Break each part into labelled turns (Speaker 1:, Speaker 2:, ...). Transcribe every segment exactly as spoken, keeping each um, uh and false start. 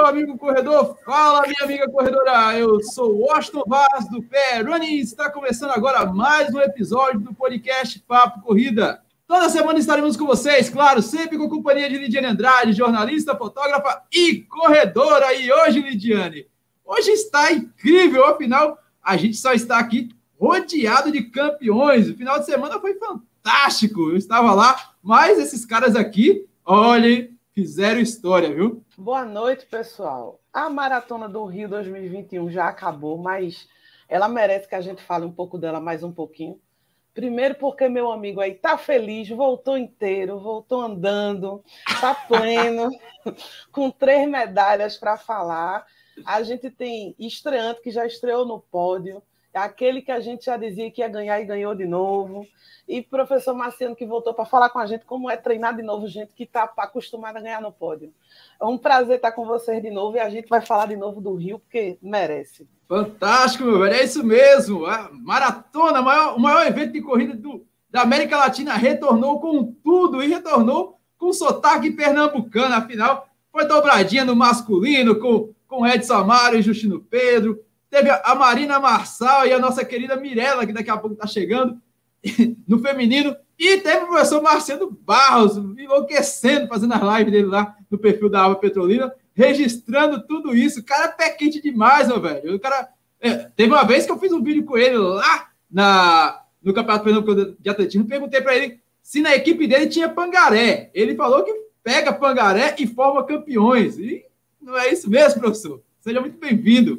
Speaker 1: meu amigo corredor, fala, minha amiga corredora. Eu sou o Washington Vaz, do Pé Running, e está começando agora mais um episódio do podcast Papo Corrida. Toda semana estaremos com vocês, claro, sempre com a companhia de Lidiane Andrade, jornalista, fotógrafa e corredora. E hoje, Lidiane, hoje está incrível, afinal, a gente só está aqui rodeado de campeões. O final de semana foi fantástico, eu estava lá, mas esses caras aqui, olhem, fizeram história, viu?
Speaker 2: Boa noite, pessoal. A Maratona do Rio dois mil e vinte e um já acabou, mas ela merece que a gente fale um pouco dela mais um pouquinho. Primeiro porque meu amigo aí tá feliz, voltou inteiro, voltou andando, tá pleno, com três medalhas para falar. A gente tem estreante que já estreou no pódio, aquele que a gente já dizia que ia ganhar e ganhou de novo. E professor Marciano que voltou para falar com a gente como é treinar de novo gente que está acostumada a ganhar no pódio. É um prazer estar com vocês de novo e a gente vai falar de novo do Rio, porque merece.
Speaker 1: Fantástico, meu velho, é isso mesmo. A maratona, o maior, o maior evento de corrida do, da América Latina, retornou com tudo e retornou com sotaque pernambucano. Afinal, foi dobradinha no masculino com, com Edson Amaro e Justino Pedro. Teve a Marina Marçal e a nossa querida Mirella, que daqui a pouco está chegando, no feminino. E teve o professor Marcelo Barros, enlouquecendo, fazendo as lives dele lá no perfil da Alva Petrolina, registrando tudo isso. O cara é pé quente demais, meu velho. O cara... É, teve uma vez que eu fiz um vídeo com ele lá na, no Campeonato Pernambucano de Atletismo, perguntei para ele se na equipe dele tinha pangaré. Ele falou que pega pangaré e forma campeões. E não é isso mesmo, professor? Seja muito bem-vindo.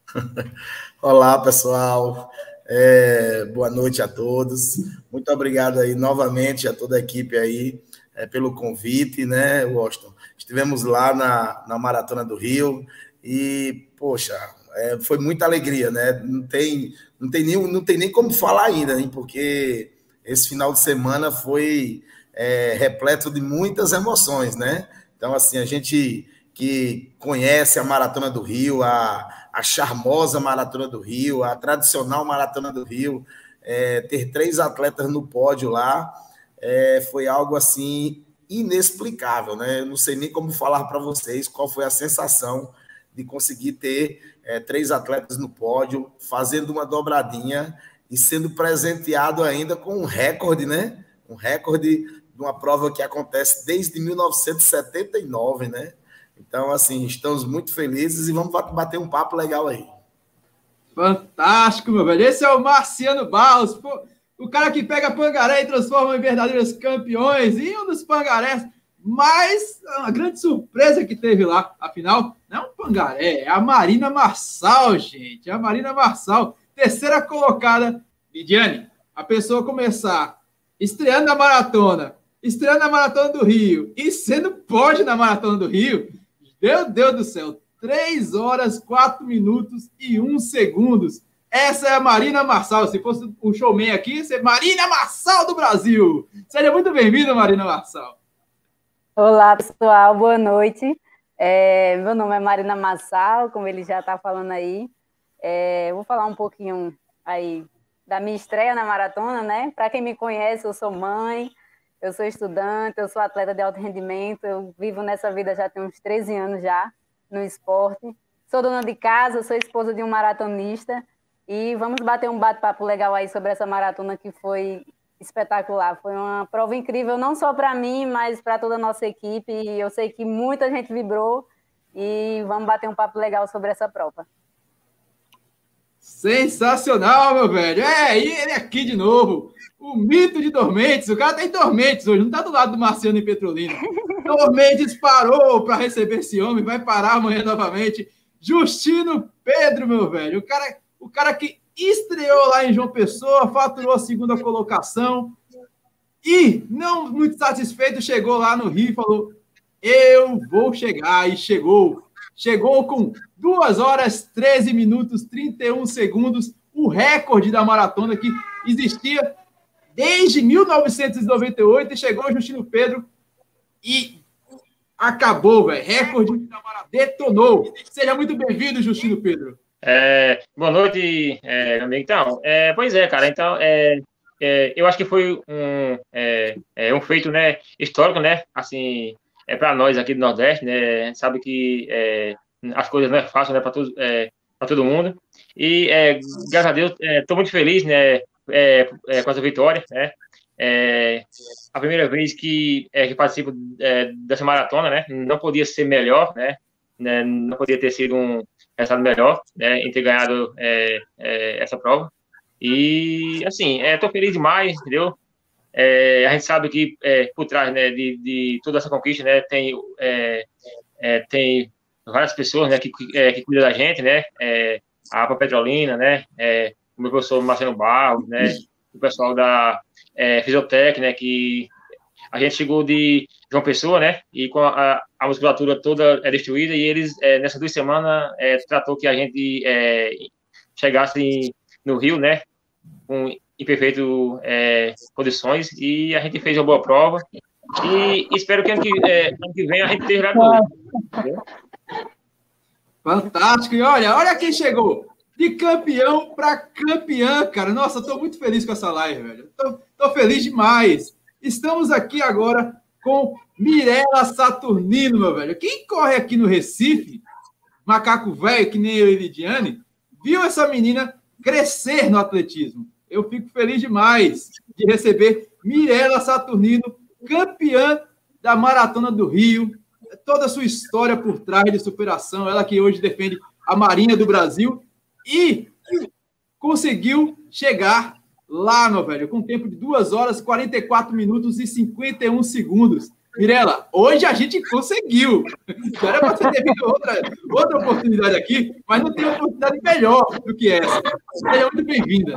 Speaker 3: Olá, pessoal. É, boa noite a todos. Muito obrigado aí novamente a toda a equipe aí é, pelo convite, né, Washington? Estivemos lá na, na Maratona do Rio e, poxa, é, foi muita alegria, né? Não tem, não, tem nem, não tem nem como falar ainda, hein? Porque esse final de semana foi é, repleto de muitas emoções, né? Então, assim, a gente que conhece a Maratona do Rio, a, a charmosa Maratona do Rio, a tradicional Maratona do Rio, é, ter três atletas no pódio lá, é, foi algo assim inexplicável, né? Eu não sei nem como falar para vocês qual foi a sensação de conseguir ter é, três atletas no pódio, fazendo uma dobradinha e sendo presenteado ainda com um recorde, né? Um recorde de uma prova que acontece desde mil novecentos e setenta e nove, né? Então, assim, estamos muito felizes e vamos bater um papo legal aí.
Speaker 1: Fantástico, meu velho. Esse é o Marciano Barros, pô, o cara que pega pangaré e transforma em verdadeiros campeões. E um dos pangarés mais... uma grande surpresa que teve lá. Afinal, não é um pangaré, é a Marina Marçal, gente. É a Marina Marçal, terceira colocada. Lidiane, a pessoa começar estreando na maratona, estreando na Maratona do Rio e sendo pódio na Maratona do Rio... Meu Deus do céu, três horas, quatro minutos e um segundos. Essa é a Marina Marçal. Se fosse o showman aqui, seria Marina Marçal do Brasil. Seja muito bem-vinda, Marina Marçal.
Speaker 4: Olá, pessoal, boa noite. É, meu nome é Marina Marçal, como ele já está falando aí. É, vou falar um pouquinho aí da minha estreia na maratona, né? Para quem me conhece, eu sou mãe. Eu sou estudante, eu sou atleta de alto rendimento, eu vivo nessa vida já tem uns treze anos já, no esporte. Sou dona de casa, sou esposa de um maratonista e vamos bater um bate-papo legal aí sobre essa maratona que foi espetacular. Foi uma prova incrível, não só para mim, mas para toda a nossa equipe. E eu sei que muita gente vibrou e vamos bater um papo legal sobre essa prova.
Speaker 1: Sensacional, meu velho. É, e ele aqui de novo. O mito de Dormentes, o cara tá em Dormentes hoje, não tá do lado do Marciano e Petrolina. Dormentes parou para receber esse homem, vai parar amanhã novamente. Justino Pedro, meu velho, o cara, o cara que estreou lá em João Pessoa, faturou a segunda colocação e, não muito satisfeito, chegou lá no Rio e falou: eu vou chegar, e chegou. Chegou com duas horas, treze minutos, trinta e um segundos, o recorde da maratona que existia desde mil novecentos e noventa e oito, e chegou o Justino Pedro e acabou, velho. Recorde detonou. Seja muito bem-vindo, Justino Pedro.
Speaker 5: É, boa noite, é, amigo. Então, é, pois é, cara. Então, é, é, eu acho que foi um, é, é um feito, né, histórico, né? Assim, é para nós aqui do Nordeste, né? Sabe que é, as coisas não é fácil, né, para todo, é, para todo mundo. E, é, graças a Deus, estou é, muito feliz, né, é, é, com essa vitória, né. É a primeira vez que, é, que participo é, dessa maratona, né, não podia ser melhor, né, né, não podia ter sido um resultado melhor, né, em ter ganhado é, é, essa prova. E, assim, estou é, feliz demais, entendeu? É, a gente sabe que é, por trás, né, de, de toda essa conquista, né, tem, é, é, tem várias pessoas, né, que, é, que cuidam da gente, né, é, a APA Petrolina, né, é, o meu professor Marcelo Barros, né, o pessoal da é, Fisiotec, né, que a gente chegou de João Pessoa, né, e com a, a musculatura toda é destruída, e eles, é, nessas duas semanas, é, tratou que a gente é, chegasse no Rio, né, com em perfeitas é, condições, e a gente fez uma boa prova, e espero que ano que, é, ano que vem a gente esteja lá.
Speaker 1: Fantástico! E olha, olha quem chegou! De campeão para campeã, cara. Nossa, eu tô muito feliz com essa live, velho. Tô, tô feliz demais. Estamos aqui agora com Mirela Saturnino, meu velho. Quem corre aqui no Recife, macaco velho, que nem eu e Lidiane, viu essa menina crescer no atletismo. Eu fico feliz demais de receber Mirela Saturnino, campeã da Maratona do Rio, toda a sua história por trás de superação, ela que hoje defende a Marinha do Brasil e conseguiu chegar lá, meu velho, com um tempo de duas horas, quarenta e quatro minutos e cinquenta e um segundos. Mirela, hoje a gente conseguiu. Já era para você ter vindo outra, outra oportunidade aqui, mas não tem oportunidade melhor do que essa. Seja muito bem-vinda.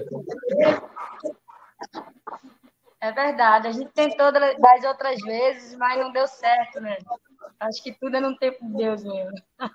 Speaker 6: É verdade. A gente tentou das outras vezes, mas não deu certo, né? Acho que tudo é no tempo de Deus mesmo.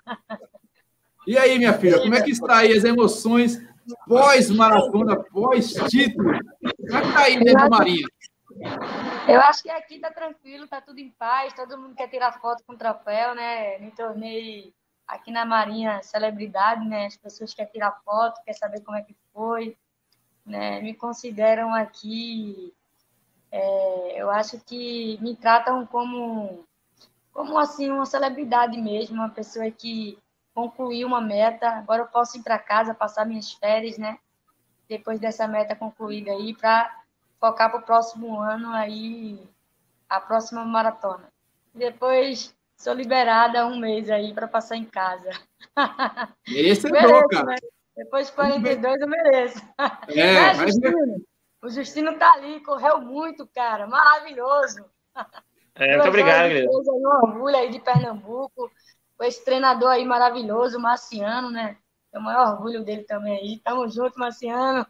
Speaker 1: E aí, minha filha, como é que está aí as emoções pós-maratona, pós-título? Como é que está aí dentro da Marinha?
Speaker 6: Eu acho que aqui tá tranquilo, tá tudo em paz, todo mundo quer tirar foto com o troféu, né? Me tornei aqui na Marinha celebridade, né? As pessoas querem tirar foto, querem saber como é que foi, né? Me consideram aqui, é, eu acho que me tratam como, como assim, uma celebridade mesmo, uma pessoa que concluiu uma meta, agora eu posso ir para casa, passar minhas férias, né? Depois dessa meta concluída aí, para focar para o próximo ano aí, a próxima maratona. Depois sou liberada um mês aí para passar em casa.
Speaker 1: Merecedor, cara.
Speaker 6: Né? Depois de quarenta e dois eu mereço.
Speaker 1: É,
Speaker 6: né,
Speaker 1: mas...
Speaker 6: Justino? O Justino tá ali, correu muito, cara. Maravilhoso.
Speaker 5: É, muito obrigado, querido.
Speaker 6: Um orgulho aí de Pernambuco. Com esse treinador aí maravilhoso, o Marciano, né? É o maior orgulho dele também aí. Tamo junto, Marciano.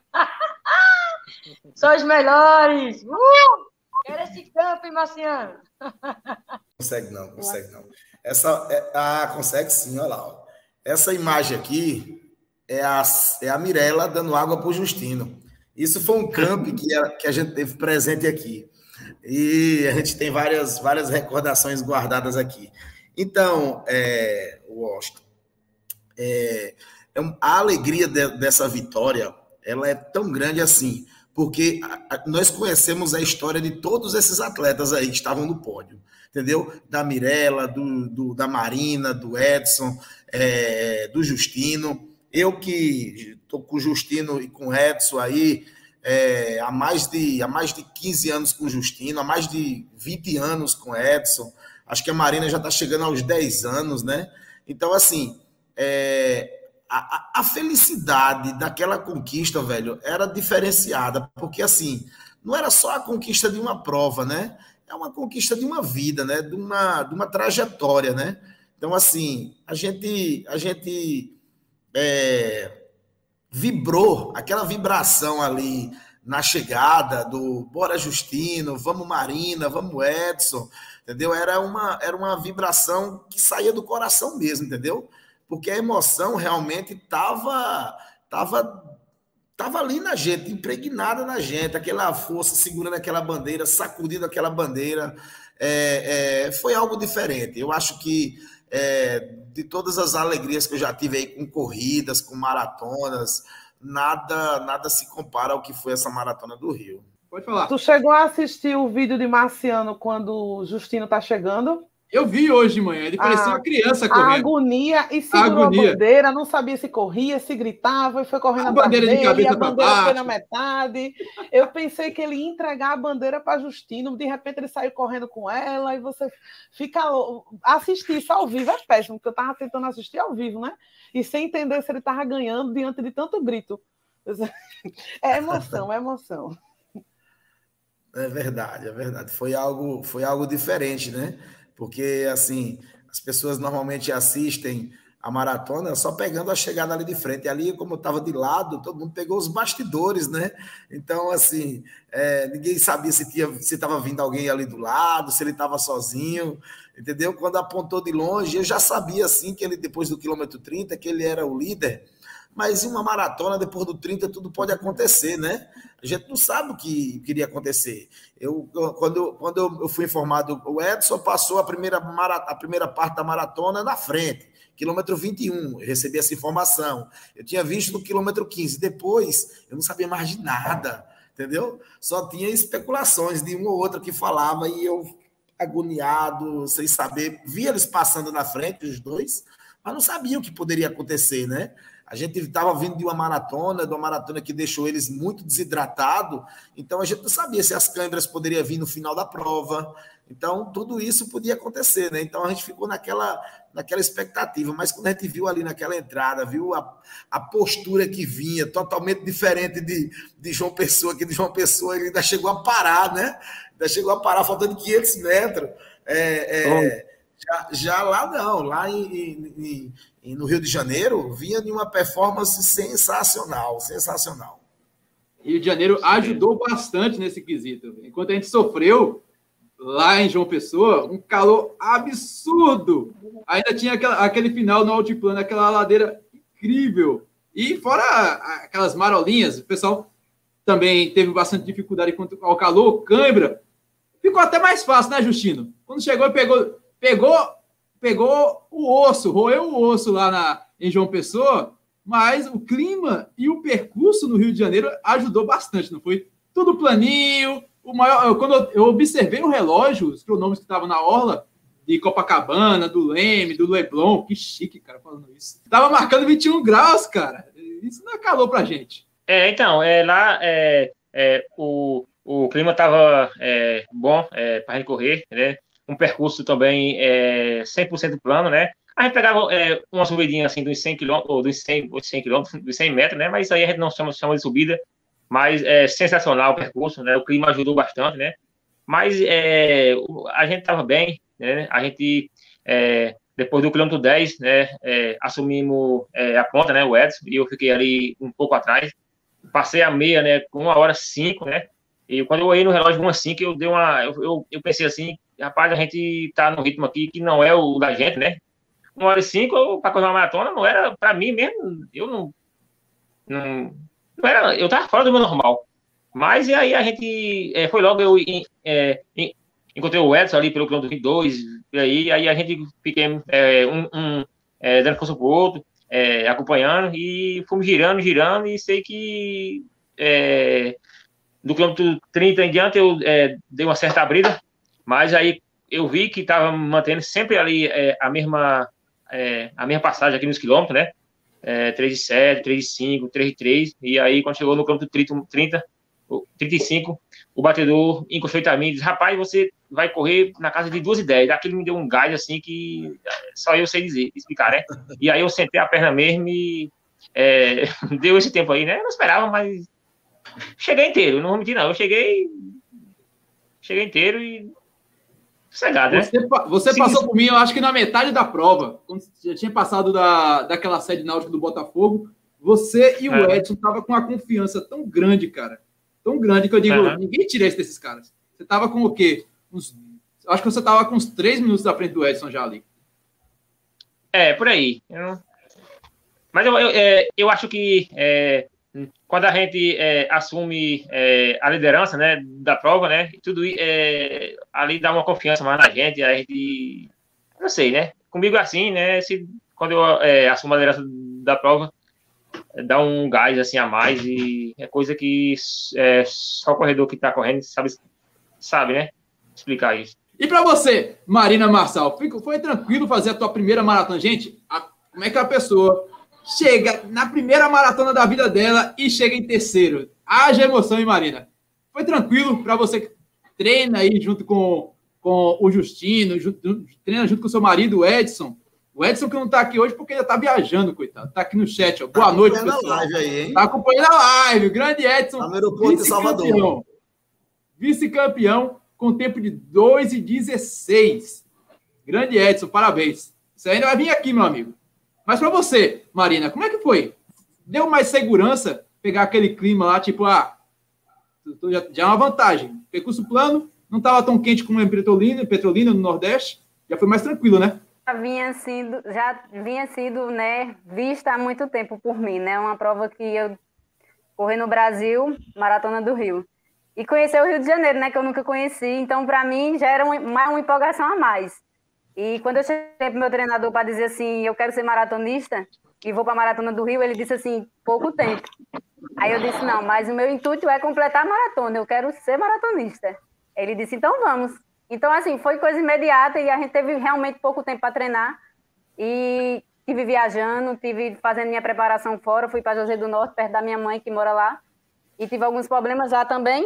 Speaker 6: São os melhores! Uh! Quero esse campo, hein, Marciano?
Speaker 3: Consegue não, consegue não. Essa, é, ah, consegue sim, olha lá. Ó. Essa imagem aqui é a, é a Mirela dando água para o Justino. Isso foi um camp que a, que a gente teve presente aqui. E a gente tem várias, várias recordações guardadas aqui. Então, é, Washington, é, é, a alegria de, dessa vitória, ela é tão grande assim, porque a, a, nós conhecemos a história de todos esses atletas aí que estavam no pódio, entendeu? Da Mirela, do, do, da Marina, do Edson, é, do Justino. Eu que estou com o Justino e com o Edson aí é, há, mais de, há mais de quinze anos com o Justino, há mais de vinte anos com o Edson. Acho que a Marina já está chegando aos dez anos, né? Então, assim, é, a, a felicidade daquela conquista, velho, era diferenciada, porque, assim, não era só a conquista de uma prova, né? É uma conquista de uma vida, né? De uma, de uma trajetória, né? Então, assim, a gente, a gente é, vibrou, aquela vibração ali na chegada do bora Justino, vamos Marina, vamos Edson, entendeu? Era uma, era uma vibração que saía do coração mesmo, entendeu? Porque a emoção realmente estava tava, tava ali na gente, impregnada na gente, aquela força segurando aquela bandeira, sacudindo aquela bandeira, é, é, foi algo diferente. Eu acho que é, de todas as alegrias que eu já tive aí com corridas, com maratonas, nada, nada se compara ao que foi essa maratona do Rio.
Speaker 1: Pode falar.
Speaker 2: Tu chegou a assistir o vídeo de Marciano quando o Justino tá chegando?
Speaker 1: Eu vi hoje de manhã, ele parecia
Speaker 2: a,
Speaker 1: uma criança
Speaker 2: a
Speaker 1: correndo.
Speaker 2: agonia, e segurou a, agonia. a bandeira, não sabia se corria, se gritava, e foi correndo a atrás
Speaker 1: bandeira
Speaker 2: dele,
Speaker 1: de cabeça
Speaker 2: e a bandeira
Speaker 1: baixo.
Speaker 2: foi na metade. Eu pensei que ele ia entregar a bandeira para Justino, de repente ele saiu correndo com ela, e você fica... Assistir isso ao vivo é péssimo, porque eu estava tentando assistir ao vivo, né? E sem entender se ele estava ganhando diante de tanto grito. É emoção, é emoção.
Speaker 3: É verdade, é verdade. Foi algo, foi algo diferente, né? Porque, assim, as pessoas normalmente assistem a maratona só pegando a chegada ali de frente. E ali, como eu estava de lado, todo mundo pegou os bastidores, né? Então, assim, é, ninguém sabia se tinha, se estava vindo alguém ali do lado, se ele estava sozinho, entendeu? Quando apontou de longe, eu já sabia, assim, que ele, depois do quilômetro trinta, que ele era o líder. Mas em uma maratona, depois do trinta, tudo pode acontecer, né? A gente não sabe o que iria acontecer. Eu, quando quando eu fui informado, o Edson passou a primeira, a primeira parte da maratona na frente, quilômetro vinte e um, eu recebi essa informação. Eu tinha visto no quilômetro quinze, depois eu não sabia mais de nada, entendeu? Só tinha especulações de um ou outro que falava e eu agoniado, sem saber, via eles passando na frente, os dois, mas não sabia o que poderia acontecer, né? A gente estava vindo de uma maratona, de uma maratona que deixou eles muito desidratados, então a gente não sabia se as câimbras poderiam vir no final da prova. Então, tudo isso podia acontecer, né? Então, a gente ficou naquela, naquela expectativa, mas quando a gente viu ali naquela entrada, viu a, a postura que vinha, totalmente diferente de, de João Pessoa, que de João Pessoa ele ainda chegou a parar, né? Ainda chegou a parar, faltando quinhentos metros. É, é, já, já lá não, lá em, em, em, no Rio de Janeiro, vinha de uma performance sensacional, sensacional.
Speaker 1: Rio de Janeiro ajudou bastante nesse quesito. Enquanto a gente sofreu lá em João Pessoa, um calor absurdo. Ainda tinha aquela, aquele final no altiplano, aquela ladeira incrível. E fora aquelas marolinhas, o pessoal também teve bastante dificuldade quanto ao calor, cãibra. Ficou até mais fácil, né, Justino? Quando chegou, pegou, pegou, pegou o osso, roeu o osso lá na, em João Pessoa, mas o clima e o percurso no Rio de Janeiro ajudou bastante, não foi? Tudo planinho. O maior, quando eu observei o relógio, os cronômetros que estavam na orla de Copacabana, do Leme, do Leblon, que chique, cara, falando isso. Tava marcando vinte e um graus, cara. Isso não é calor pra gente.
Speaker 5: É, então, é, lá é, é, o, o clima tava é, bom é, pra gente correr, né? Um percurso também é, cem por cento plano, né? A gente pegava é, uma subidinha assim dos cem quilômetros, ou dos cem, cem quilômetros, dos cem metros, né? Mas isso aí a gente não chama, chama de subida. Mas é sensacional o percurso, né? O clima ajudou bastante, né? Mas é, a gente estava bem, né? A gente, é, depois do quilômetro dez, né? É, assumimos é, a ponta, né? O Edson, e eu fiquei ali um pouco atrás. Passei a meia, né? Com uma hora cinco, né? E quando eu olhei no relógio uma cinco, eu dei uma... Eu, eu, eu pensei assim, rapaz, a gente tá no ritmo aqui que não é o da gente, né? Uma hora e cinco, para correr uma maratona, não era... Para mim mesmo, eu não... não Era, eu tava fora do meu normal. Mas e aí a gente é, foi logo, eu é, encontrei o Edson ali pelo quilômetro vinte e dois, e aí, aí a gente fiquei é, um, um é, dando força pro outro, é, acompanhando, e fomos girando, girando, e sei que é, do quilômetro trinta em diante eu é, dei uma certa abrida, mas aí eu vi que estava mantendo sempre ali é, a mesma é, a mesma passagem aqui nos quilômetros, né? É, três de sete, três de cinco, três de três, e aí quando chegou no quilômetro trinta, trinta, trinta e cinco, o batedor encostou em mim e disse, rapaz, você vai correr na casa de duas e dez. Aquilo me deu um gás assim que só eu sei dizer, explicar, né? E aí eu sentei a perna mesmo e é, deu esse tempo aí, né? Eu não esperava, mas cheguei inteiro, não vou mentir não, eu cheguei cheguei inteiro e sossegado, né?
Speaker 1: Você, você passou por mim, eu acho que na metade da prova, quando já tinha passado da, daquela sede náutica do Botafogo, você e o é. Edson estavam com uma confiança tão grande, cara. Tão grande que eu digo, uhum. ninguém tira isso desses caras. Você tava com o quê? Uns, acho que você tava com uns três minutos à frente do Edson já ali.
Speaker 5: É, por aí. Eu... Mas eu, eu, é, eu acho que é, quando a gente é, assume é, a liderança, né, da prova, né, tudo é, ali dá uma confiança mais na gente, a gente, não sei, né, comigo é assim, né, se, quando eu é, assumo a liderança da prova, dá um gás, assim, a mais, e é coisa que é, só o corredor que tá correndo sabe, sabe, né, explicar isso.
Speaker 1: E para você, Marina Marçal, foi tranquilo fazer a tua primeira maratona? Gente, a, como é que a pessoa chega na primeira maratona da vida dela e chega em terceiro? Haja emoção, hein, Marina? Foi tranquilo para você que treina aí junto com, com o Justino, junto, treina junto com o seu marido, o Edson. O Edson que não está aqui hoje porque ele está viajando, coitado. Está aqui no chat. Ó. Boa tá noite, pessoal. Live aí, hein? Tá acompanhando a live. O grande Edson.
Speaker 3: Tá no aeroporto de Salvador.
Speaker 1: Vice-campeão com tempo de dois e dezesseis. Grande Edson, parabéns. Você ainda vai vir aqui, meu amigo. Mas para você, Marina, como é que foi? Deu mais segurança pegar aquele clima lá, tipo, ah, já, já é uma vantagem. Percurso plano, não estava tão quente como em Petrolina, Petrolina, no Nordeste, já foi mais tranquilo, né?
Speaker 4: Já vinha sido, já vinha sido, né, vista há muito tempo por mim, né? Uma prova que eu corri no Brasil, Maratona do Rio. E conhecer o Rio de Janeiro, né, que eu nunca conheci. Então, para mim, já era uma, uma empolgação a mais. E quando eu cheguei para o meu treinador para dizer assim, eu quero ser maratonista e vou para a Maratona do Rio, ele disse assim, pouco tempo. Aí eu disse, não, mas o meu intuito é completar a maratona, eu quero ser maratonista. Ele disse, então vamos. Então, assim, foi coisa imediata e a gente teve realmente pouco tempo para treinar. E tive viajando, tive fazendo minha preparação fora, fui para José do Norte, perto da minha mãe, que mora lá. E tive alguns problemas lá também,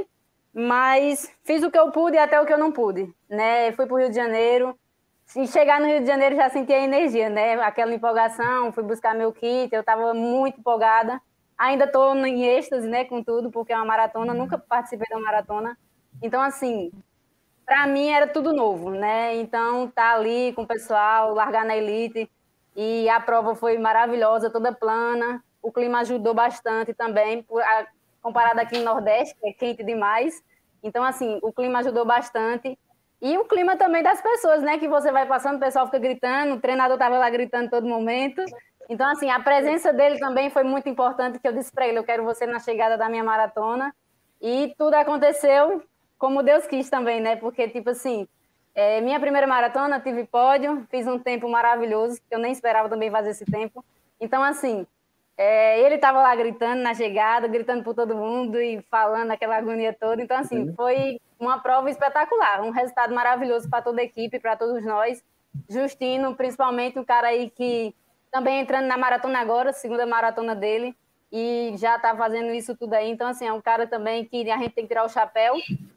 Speaker 4: mas fiz o que eu pude e até o que eu não pude, né? Fui para o Rio de Janeiro, e chegar no Rio de Janeiro já senti a energia, né? Aquela empolgação, fui buscar meu kit, eu estava muito empolgada. Ainda estou em êxtase, né, com tudo, porque é uma maratona, nunca participei de uma maratona. Então, assim, para mim era tudo novo, né? Então, tá ali com o pessoal, largar na elite, e a prova foi maravilhosa, toda plana, o clima ajudou bastante também, por, a, comparado aqui no Nordeste, que é quente demais. Então, assim, o clima ajudou bastante. E o clima também das pessoas, né? Que você vai passando, o pessoal fica gritando, o treinador estava lá gritando todo momento. Então, assim, a presença dele também foi muito importante, que eu disse para ele, eu quero você na chegada da minha maratona. E tudo aconteceu como Deus quis também, né? Porque, tipo assim, é, minha primeira maratona, tive pódio, fiz um tempo maravilhoso, que eu nem esperava também fazer esse tempo. Então, assim, é, ele estava lá gritando na chegada, gritando por todo mundo e falando aquela agonia toda. Então, assim, foi uma prova espetacular, um resultado maravilhoso para toda a equipe, para todos nós. Justino, principalmente, um cara aí que também entrando na maratona agora, segunda maratona dele, e já está fazendo isso tudo aí. Então, assim, é um cara também que a gente tem que tirar o chapéu,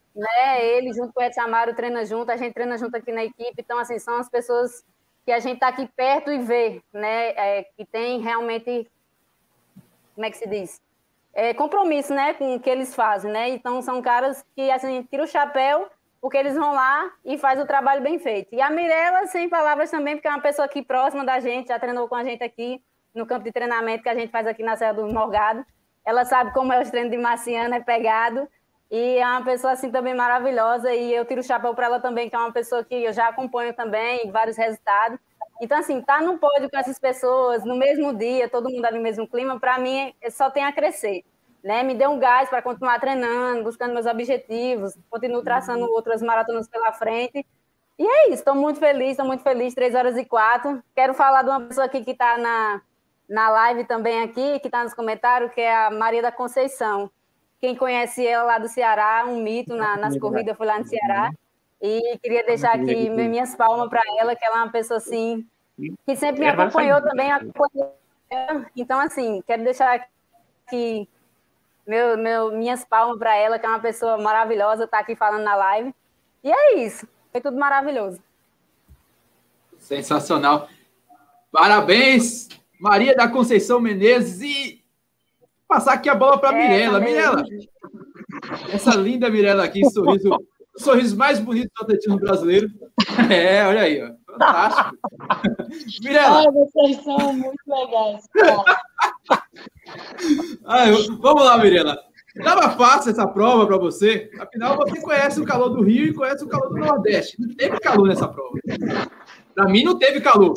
Speaker 4: né? Ele, junto com o Edson Amaro, treina junto, a gente treina junto aqui na equipe. Então, assim, são as pessoas que a gente está aqui perto e vê, né? É, que tem realmente, como é que se diz? É, compromisso, né, com o que eles fazem, né? Então, são caras que, assim, a gente tira o chapéu, porque eles vão lá e faz o trabalho bem feito. E a Mirella, sem palavras também, porque é uma pessoa aqui próxima da gente, já treinou com a gente aqui no campo de treinamento que a gente faz aqui na Serra do Morgado. Ela sabe como é os treinos de Marciana, é pegado. E é uma pessoa, assim, também maravilhosa. E eu tiro o chapéu para ela também, que é uma pessoa que eu já acompanho também, vários resultados. Então, assim, tá no pódio com essas pessoas, no mesmo dia, todo mundo ali no mesmo clima, para mim, só tem a crescer. Né? Me deu um gás para continuar treinando, buscando meus objetivos, continuo traçando outras maratonas pela frente. E é isso, estou muito feliz, estou muito feliz, três horas e quatro. Quero falar de uma pessoa aqui que está na, na live também aqui, que está nos comentários, que é a Maria da Conceição. Quem conhece ela lá do Ceará, um mito na, nas corridas, foi lá no Ceará. E queria deixar aqui minhas palmas para ela, que ela é uma pessoa assim, que sempre me acompanhou também. Acompanhou. Então, assim, quero deixar aqui Meu, meu, minhas palmas para ela, que é uma pessoa maravilhosa, está aqui falando na live. E é isso. Foi tudo maravilhoso.
Speaker 1: Sensacional. Parabéns, Maria da Conceição Menezes. E passar aqui a bola para a é, Mirella. Mirella, essa linda Mirella aqui, sorriso, o sorriso mais bonito do atletismo brasileiro. É, olha aí, ó. Fantástico. Mirella.
Speaker 6: Ah, vocês são muito legais, cara.
Speaker 1: Ah, vamos lá, Mirella. Estava fácil essa prova para você? Afinal, você conhece o calor do Rio e conhece o calor do Nordeste. Não teve calor nessa prova. Para mim, não teve calor.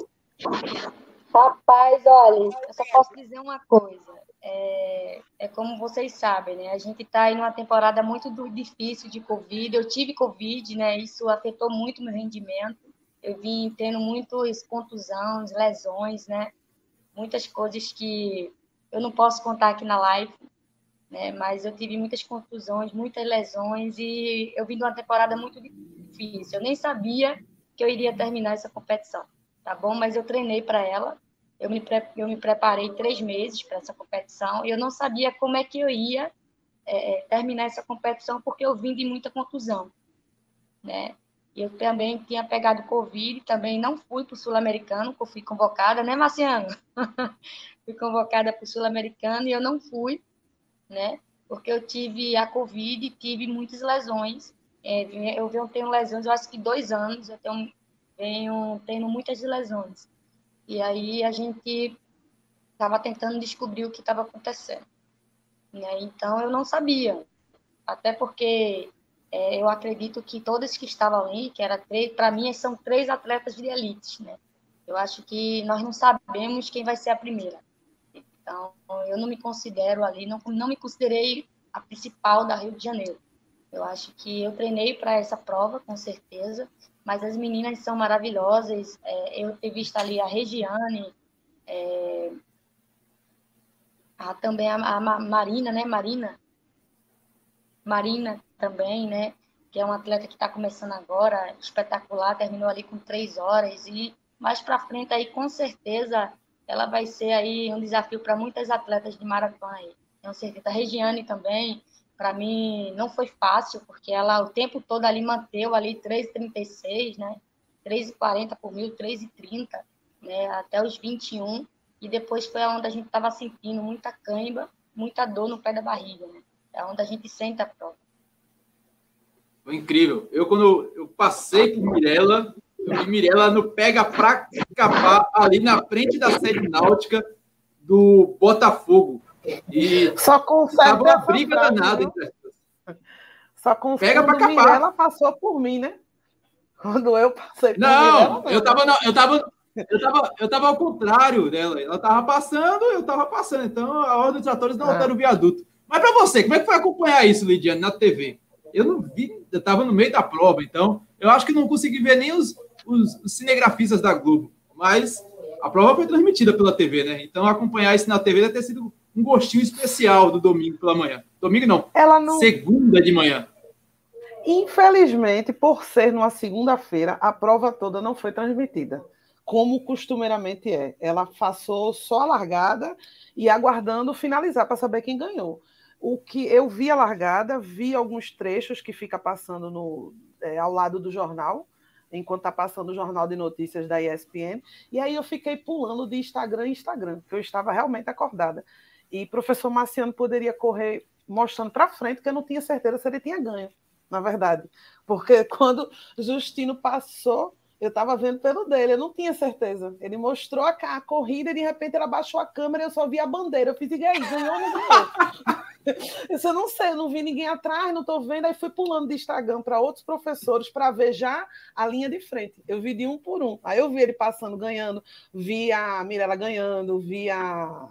Speaker 6: Rapaz, olha, eu só posso dizer uma coisa. É, é como vocês sabem, né? A gente está aí numa temporada muito difícil de Covid. Eu tive Covid, né? Isso afetou muito meu rendimento. Eu vim tendo muitas contusões, lesões, né? Muitas coisas que eu não posso contar aqui na live, né? Mas eu tive muitas contusões, muitas lesões e eu vim de uma temporada muito difícil. difícil. Eu nem sabia que eu iria terminar essa competição, tá bom? Mas eu treinei para ela, eu me, pre... eu me preparei três meses para essa competição e eu não sabia como é que eu ia é, terminar essa competição porque eu vim de muita contusão, né? Eu também tinha pegado Covid, também não fui para o Sul-Americano, que eu fui convocada, né, Marciano? Fui convocada para o Sul-Americano e eu não fui, né? Porque eu tive a Covid e tive muitas lesões. É, eu venho tenho lesões, eu acho que dois anos, eu tenho, venho tendo muitas lesões. E aí a gente estava tentando descobrir o que estava acontecendo, né? Então eu não sabia, até porque é, eu acredito que todos que estavam ali, que era três, para mim são três atletas de elite, né? Eu acho que nós não sabemos quem vai ser a primeira. Então eu não me considero ali, não, não me considerei a principal da Rio de Janeiro. Eu acho que eu treinei para essa prova, com certeza, mas as meninas são maravilhosas. É, eu ter visto ali a Regiane, é, a, também a, a Marina, né? Marina, Marina também, né? Que é uma atleta que está começando agora, espetacular, terminou ali com três horas. E mais para frente aí, com certeza, ela vai ser aí um desafio para muitas atletas de maratona aí. Tenho certeza. A Regiane também, para mim, não foi fácil, porque ela o tempo todo ali manteve ali três e trinta e seis, né? três e quarenta por mil, três e trinta, né? Até os vinte e um. E depois foi onde a gente estava sentindo muita cãibra, muita dor no pé da barriga, né? É onde a gente sente a prova.
Speaker 1: Foi incrível. Eu, quando eu passei por Mirella, eu vi Mirella no pega pra capar ali na frente da sede náutica do Botafogo. E
Speaker 2: só consegue
Speaker 1: tava uma briga frase, danada entre as
Speaker 2: Só consegue
Speaker 1: pega pra capar.
Speaker 2: Mirella passou por mim, né? Quando eu passei por
Speaker 1: não,
Speaker 2: Mirella, não,
Speaker 1: eu tava, eu tava, eu tava, eu tava ao contrário dela. Ela tava passando, eu tava passando. Então a ordem dos atores não está no viaduto. Mas para você, como é que foi acompanhar isso, Lidiane, na T V? Eu não vi, eu tava no meio da prova, então eu acho que não consegui ver nem os, os, os cinegrafistas da Globo. Mas a prova foi transmitida pela T V, né? Então acompanhar isso na T V deve ter sido um gostinho especial do domingo pela manhã. Domingo não, Ela não... segunda de manhã.
Speaker 2: Infelizmente, por ser numa segunda-feira, a prova toda não foi transmitida, como costumeiramente é. Ela passou só a largada e aguardando finalizar para saber quem ganhou. O que eu vi a largada, vi alguns trechos que fica passando no, é, ao lado do jornal, enquanto está passando o jornal de notícias da E S P N, e aí eu fiquei pulando de Instagram em Instagram, porque eu estava realmente acordada. E o professor Marciano poderia correr mostrando para frente, porque eu não tinha certeza se ele tinha ganho, na verdade. Porque quando Justino passou, eu estava vendo pelo dele, eu não tinha certeza. Ele mostrou a, a corrida e de repente ele abaixou a câmera e eu só vi a bandeira. Eu fiz, e aí, ganhou ou não ganhou? Isso eu não sei, eu não vi ninguém atrás, não estou vendo. Aí fui pulando de Instagram para outros professores para ver já a linha de frente. Eu vi de um por um. Aí eu vi ele passando, ganhando, vi a Mirella ganhando, vi a,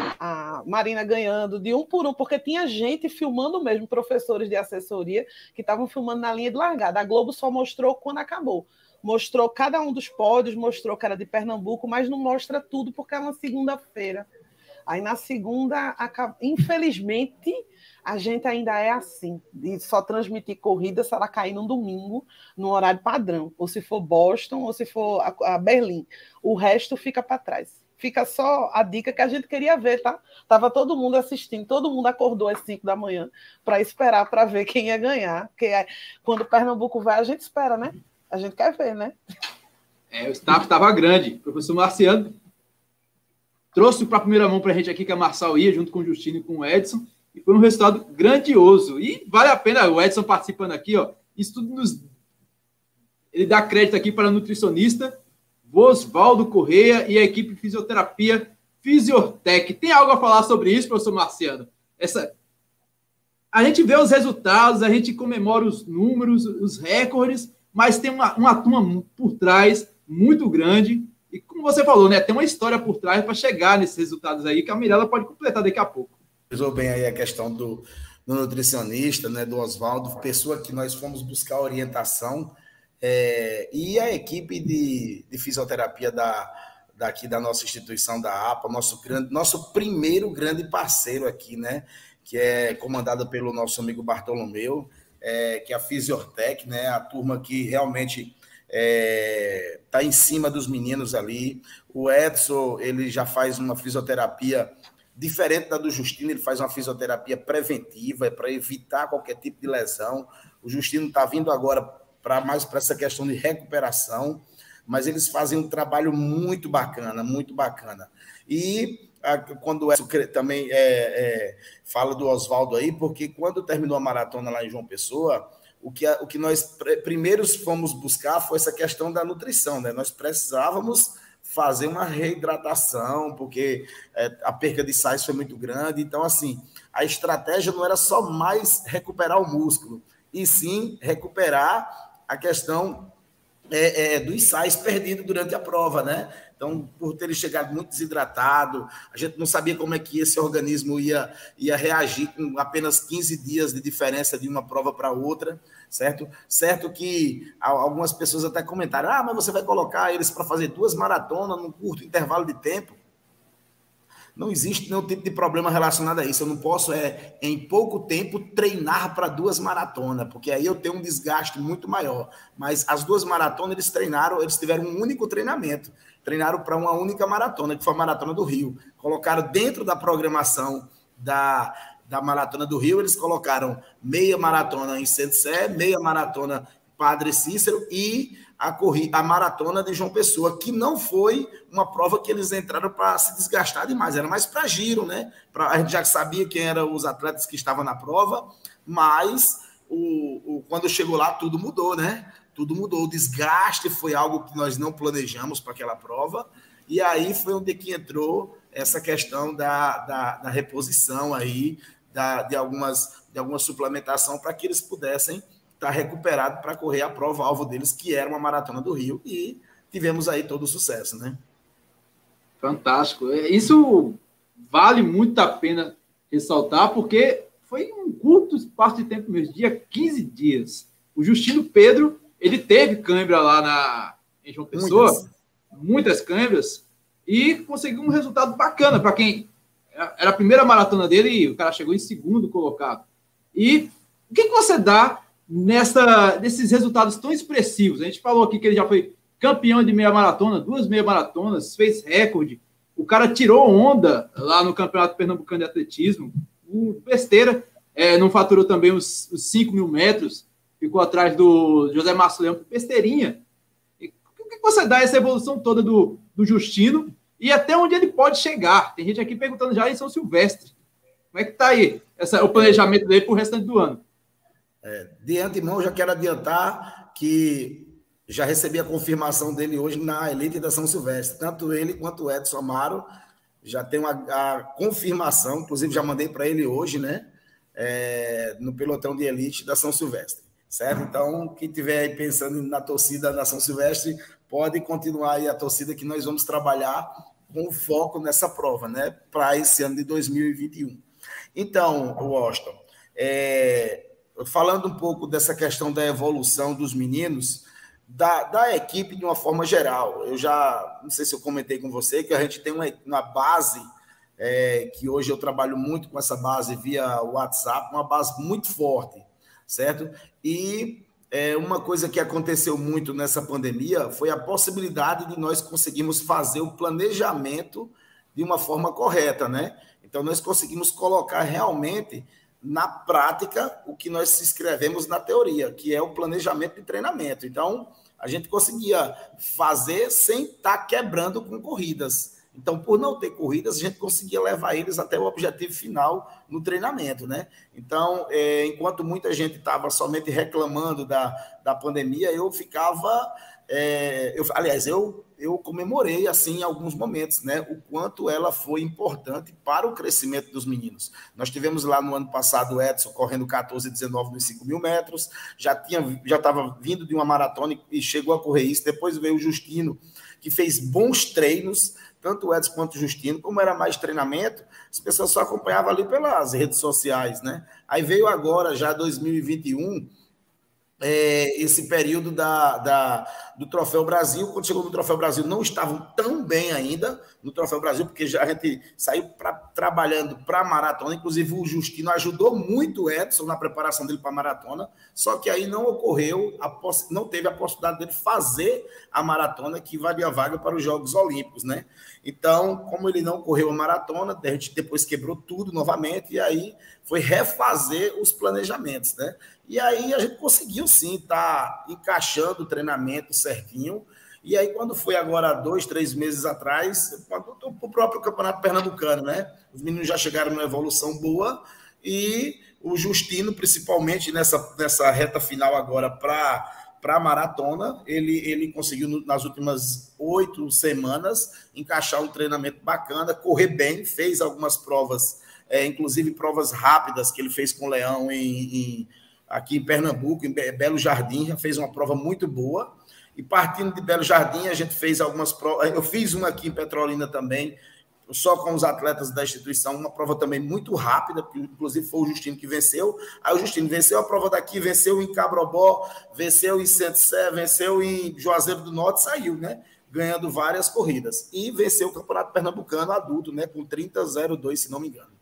Speaker 2: a Marina ganhando, de um por um, porque tinha gente filmando mesmo, professores de assessoria, que estavam filmando na linha de largada. A Globo só mostrou quando acabou. Mostrou cada um dos pódios, mostrou que era de Pernambuco, mas não mostra tudo porque é uma segunda-feira. Aí na segunda, infelizmente, a gente ainda é assim, de só transmitir corrida se ela cair num domingo, no horário padrão, ou se for Boston, ou se for a Berlim. O resto fica para trás. Fica só a dica que a gente queria ver, tá? Tava todo mundo assistindo, todo mundo acordou às cinco da manhã para esperar para ver quem ia ganhar. Porque quando o Pernambuco vai, a gente espera, né? A gente quer ver, né?
Speaker 1: É, o staff estava grande. O professor Marciano trouxe para a primeira mão para a gente aqui que a Marçal ia, junto com o Justino e com o Edson, e foi um resultado grandioso. E vale a pena, o Edson participando aqui, ó, isso tudo nos... Ele dá crédito aqui para a nutricionista Osvaldo Correia e a equipe de fisioterapia Fisiotec. Tem algo a falar sobre isso, professor Marciano? Essa... A gente vê os resultados, a gente comemora os números, os recordes, mas tem uma, uma turma por trás muito grande. E como você falou, né, tem uma história por trás para chegar nesses resultados aí, que a Mirella pode completar daqui a pouco.
Speaker 3: Usou bem aí a questão do, do nutricionista, né, do Osvaldo, pessoa que nós fomos buscar orientação, é, e a equipe de, de fisioterapia da, daqui da nossa instituição, da A P A, nosso, grande, nosso primeiro grande parceiro aqui, né, que é comandado pelo nosso amigo Bartolomeu, é, que é a Fisiotec, né? A turma que realmente está é, em cima dos meninos ali. O Edson, ele já faz uma fisioterapia diferente da do Justino, ele faz uma fisioterapia preventiva, é para evitar qualquer tipo de lesão. O Justino está vindo agora para mais para essa questão de recuperação, mas eles fazem um trabalho muito bacana, muito bacana. E a, quando o Edson também é, é, fala do Oswaldo aí, porque quando terminou a maratona lá em João Pessoa, o que, o que nós primeiros fomos buscar foi essa questão da nutrição, né? Nós precisávamos fazer uma reidratação, porque é, a perca de sais foi muito grande. Então, assim, a estratégia não era só mais recuperar o músculo, e sim recuperar a questão é, é, dos sais perdidos durante a prova, né? Então, por terem chegado muito desidratado, a gente não sabia como é que esse organismo ia, ia reagir com apenas quinze dias de diferença de uma prova para outra, certo? Certo que algumas pessoas até comentaram, ah, mas você vai colocar eles para fazer duas maratonas num curto intervalo de tempo? Não existe nenhum tipo de problema relacionado a isso. Eu não posso, é, em pouco tempo, treinar para duas maratonas, porque aí eu tenho um desgaste muito maior. Mas as duas maratonas, eles treinaram, eles tiveram um único treinamento. Treinaram para uma única maratona, que foi a Maratona do Rio. Colocaram dentro da programação da, da Maratona do Rio, eles colocaram meia maratona em Centro-Sé, meia maratona Padre Cícero e a, corrida, a maratona de João Pessoa, que não foi uma prova que eles entraram para se desgastar demais, era mais para giro, né? Pra, a gente já sabia quem eram os atletas que estavam na prova, mas o, o, quando chegou lá, tudo mudou, né? Tudo mudou. O desgaste foi algo que nós não planejamos para aquela prova, e aí foi onde que entrou essa questão da, da, da reposição aí, da, de, algumas, de alguma suplementação para que eles pudessem estar recuperado para correr a prova-alvo deles, que era uma Maratona do Rio, e tivemos aí todo o sucesso, né?
Speaker 1: Fantástico. Isso vale muito a pena ressaltar, porque foi um curto espaço de tempo mesmo, dia quinze dias. O Justino Pedro, ele teve cãibra lá na, em João Pessoa, muitas, muitas cãibras, e conseguiu um resultado bacana para quem... Era a primeira maratona dele e o cara chegou em segundo colocado. E o que, que você dá nessa, desses resultados tão expressivos? A gente falou aqui que ele já foi campeão de meia maratona, duas meia maratonas, fez recorde. O cara tirou onda lá no Campeonato Pernambucano de Atletismo. O besteira, é, não faturou também os, os cinco mil metros, ficou atrás do José Márcio Leão, besteirinha. E o que você dá essa evolução toda do, do Justino e até onde ele pode chegar? Tem gente aqui perguntando já em São Silvestre. Como é que está aí essa, o planejamento dele para o restante do ano?
Speaker 3: É, de antemão, já quero adiantar que já recebi a confirmação dele hoje na elite da São Silvestre. Tanto ele quanto o Edson Amaro já tem uma, a confirmação, inclusive já mandei para ele hoje, né? É, no pelotão de elite da São Silvestre, certo? Então, quem estiver aí pensando na torcida da São Silvestre, pode continuar aí a torcida, que nós vamos trabalhar com foco nessa prova, né? Para esse ano de dois mil e vinte e um. Então, Washington, é, falando um pouco dessa questão da evolução dos meninos, da, da equipe de uma forma geral, eu já, não sei se eu comentei com você, que a gente tem uma, uma base, é, que hoje eu trabalho muito com essa base via WhatsApp, uma base muito forte, certo? E é, uma coisa que aconteceu muito nessa pandemia foi a possibilidade de nós conseguirmos fazer o planejamento de uma forma correta, né? Então, nós conseguimos colocar realmente na prática o que nós escrevemos na teoria, que é o planejamento de treinamento. Então, a gente conseguia fazer sem estar quebrando com corridas. Então, por não ter corridas, a gente conseguia levar eles até o objetivo final no treinamento, né? Então, é, enquanto muita gente estava somente reclamando da, da pandemia, eu ficava... É, eu, aliás, eu, eu comemorei, assim, em alguns momentos, né, o quanto ela foi importante para o crescimento dos meninos. Nós tivemos lá no ano passado o Edson correndo quatorze e dezenove nos cinco mil metros, já tinha, já estava vindo de uma maratona e chegou a correr isso. Depois veio o Justino, que fez bons treinos, tanto o Edson quanto o Justino. Como era mais treinamento, as pessoas só acompanhavam ali pelas redes sociais, né? Aí veio agora, já dois mil e vinte e um, É, esse período da, da, do Troféu Brasil. Quando chegou no Troféu Brasil, não estavam tão bem ainda no Troféu Brasil, porque já a gente saiu pra, trabalhando para a maratona. Inclusive, o Justino ajudou muito o Edson na preparação dele para a maratona, só que aí não ocorreu, a poss... não teve a possibilidade dele fazer a maratona que valia a vaga para os Jogos Olímpicos, né? Então, como ele não correu a maratona, a gente depois quebrou tudo novamente, e aí foi refazer os planejamentos, né? E aí a gente conseguiu sim estar tá encaixando o treinamento certinho. E aí, quando foi agora, dois, três meses atrás, o próprio Campeonato Pernambucano, né? Os meninos já chegaram numa evolução boa e o Justino, principalmente nessa, nessa reta final agora para para a maratona, ele, ele conseguiu, nas últimas oito semanas, encaixar um treinamento bacana, correr bem, fez algumas provas, é, inclusive provas rápidas que ele fez com o Leão em, em, aqui em Pernambuco, em Belo Jardim, já fez uma prova muito boa. E partindo de Belo Jardim, a gente fez algumas provas. Eu fiz uma aqui em Petrolina também, só com os atletas da instituição, uma prova também muito rápida, que inclusive foi o Justino que venceu. Aí o Justino venceu a prova daqui, venceu em Cabrobó, venceu em Centro-Sé, venceu em Juazeiro do Norte, saiu, né? Ganhando várias corridas. E venceu o Campeonato Pernambucano adulto, né? Com trinta a zero dois, se não me engano.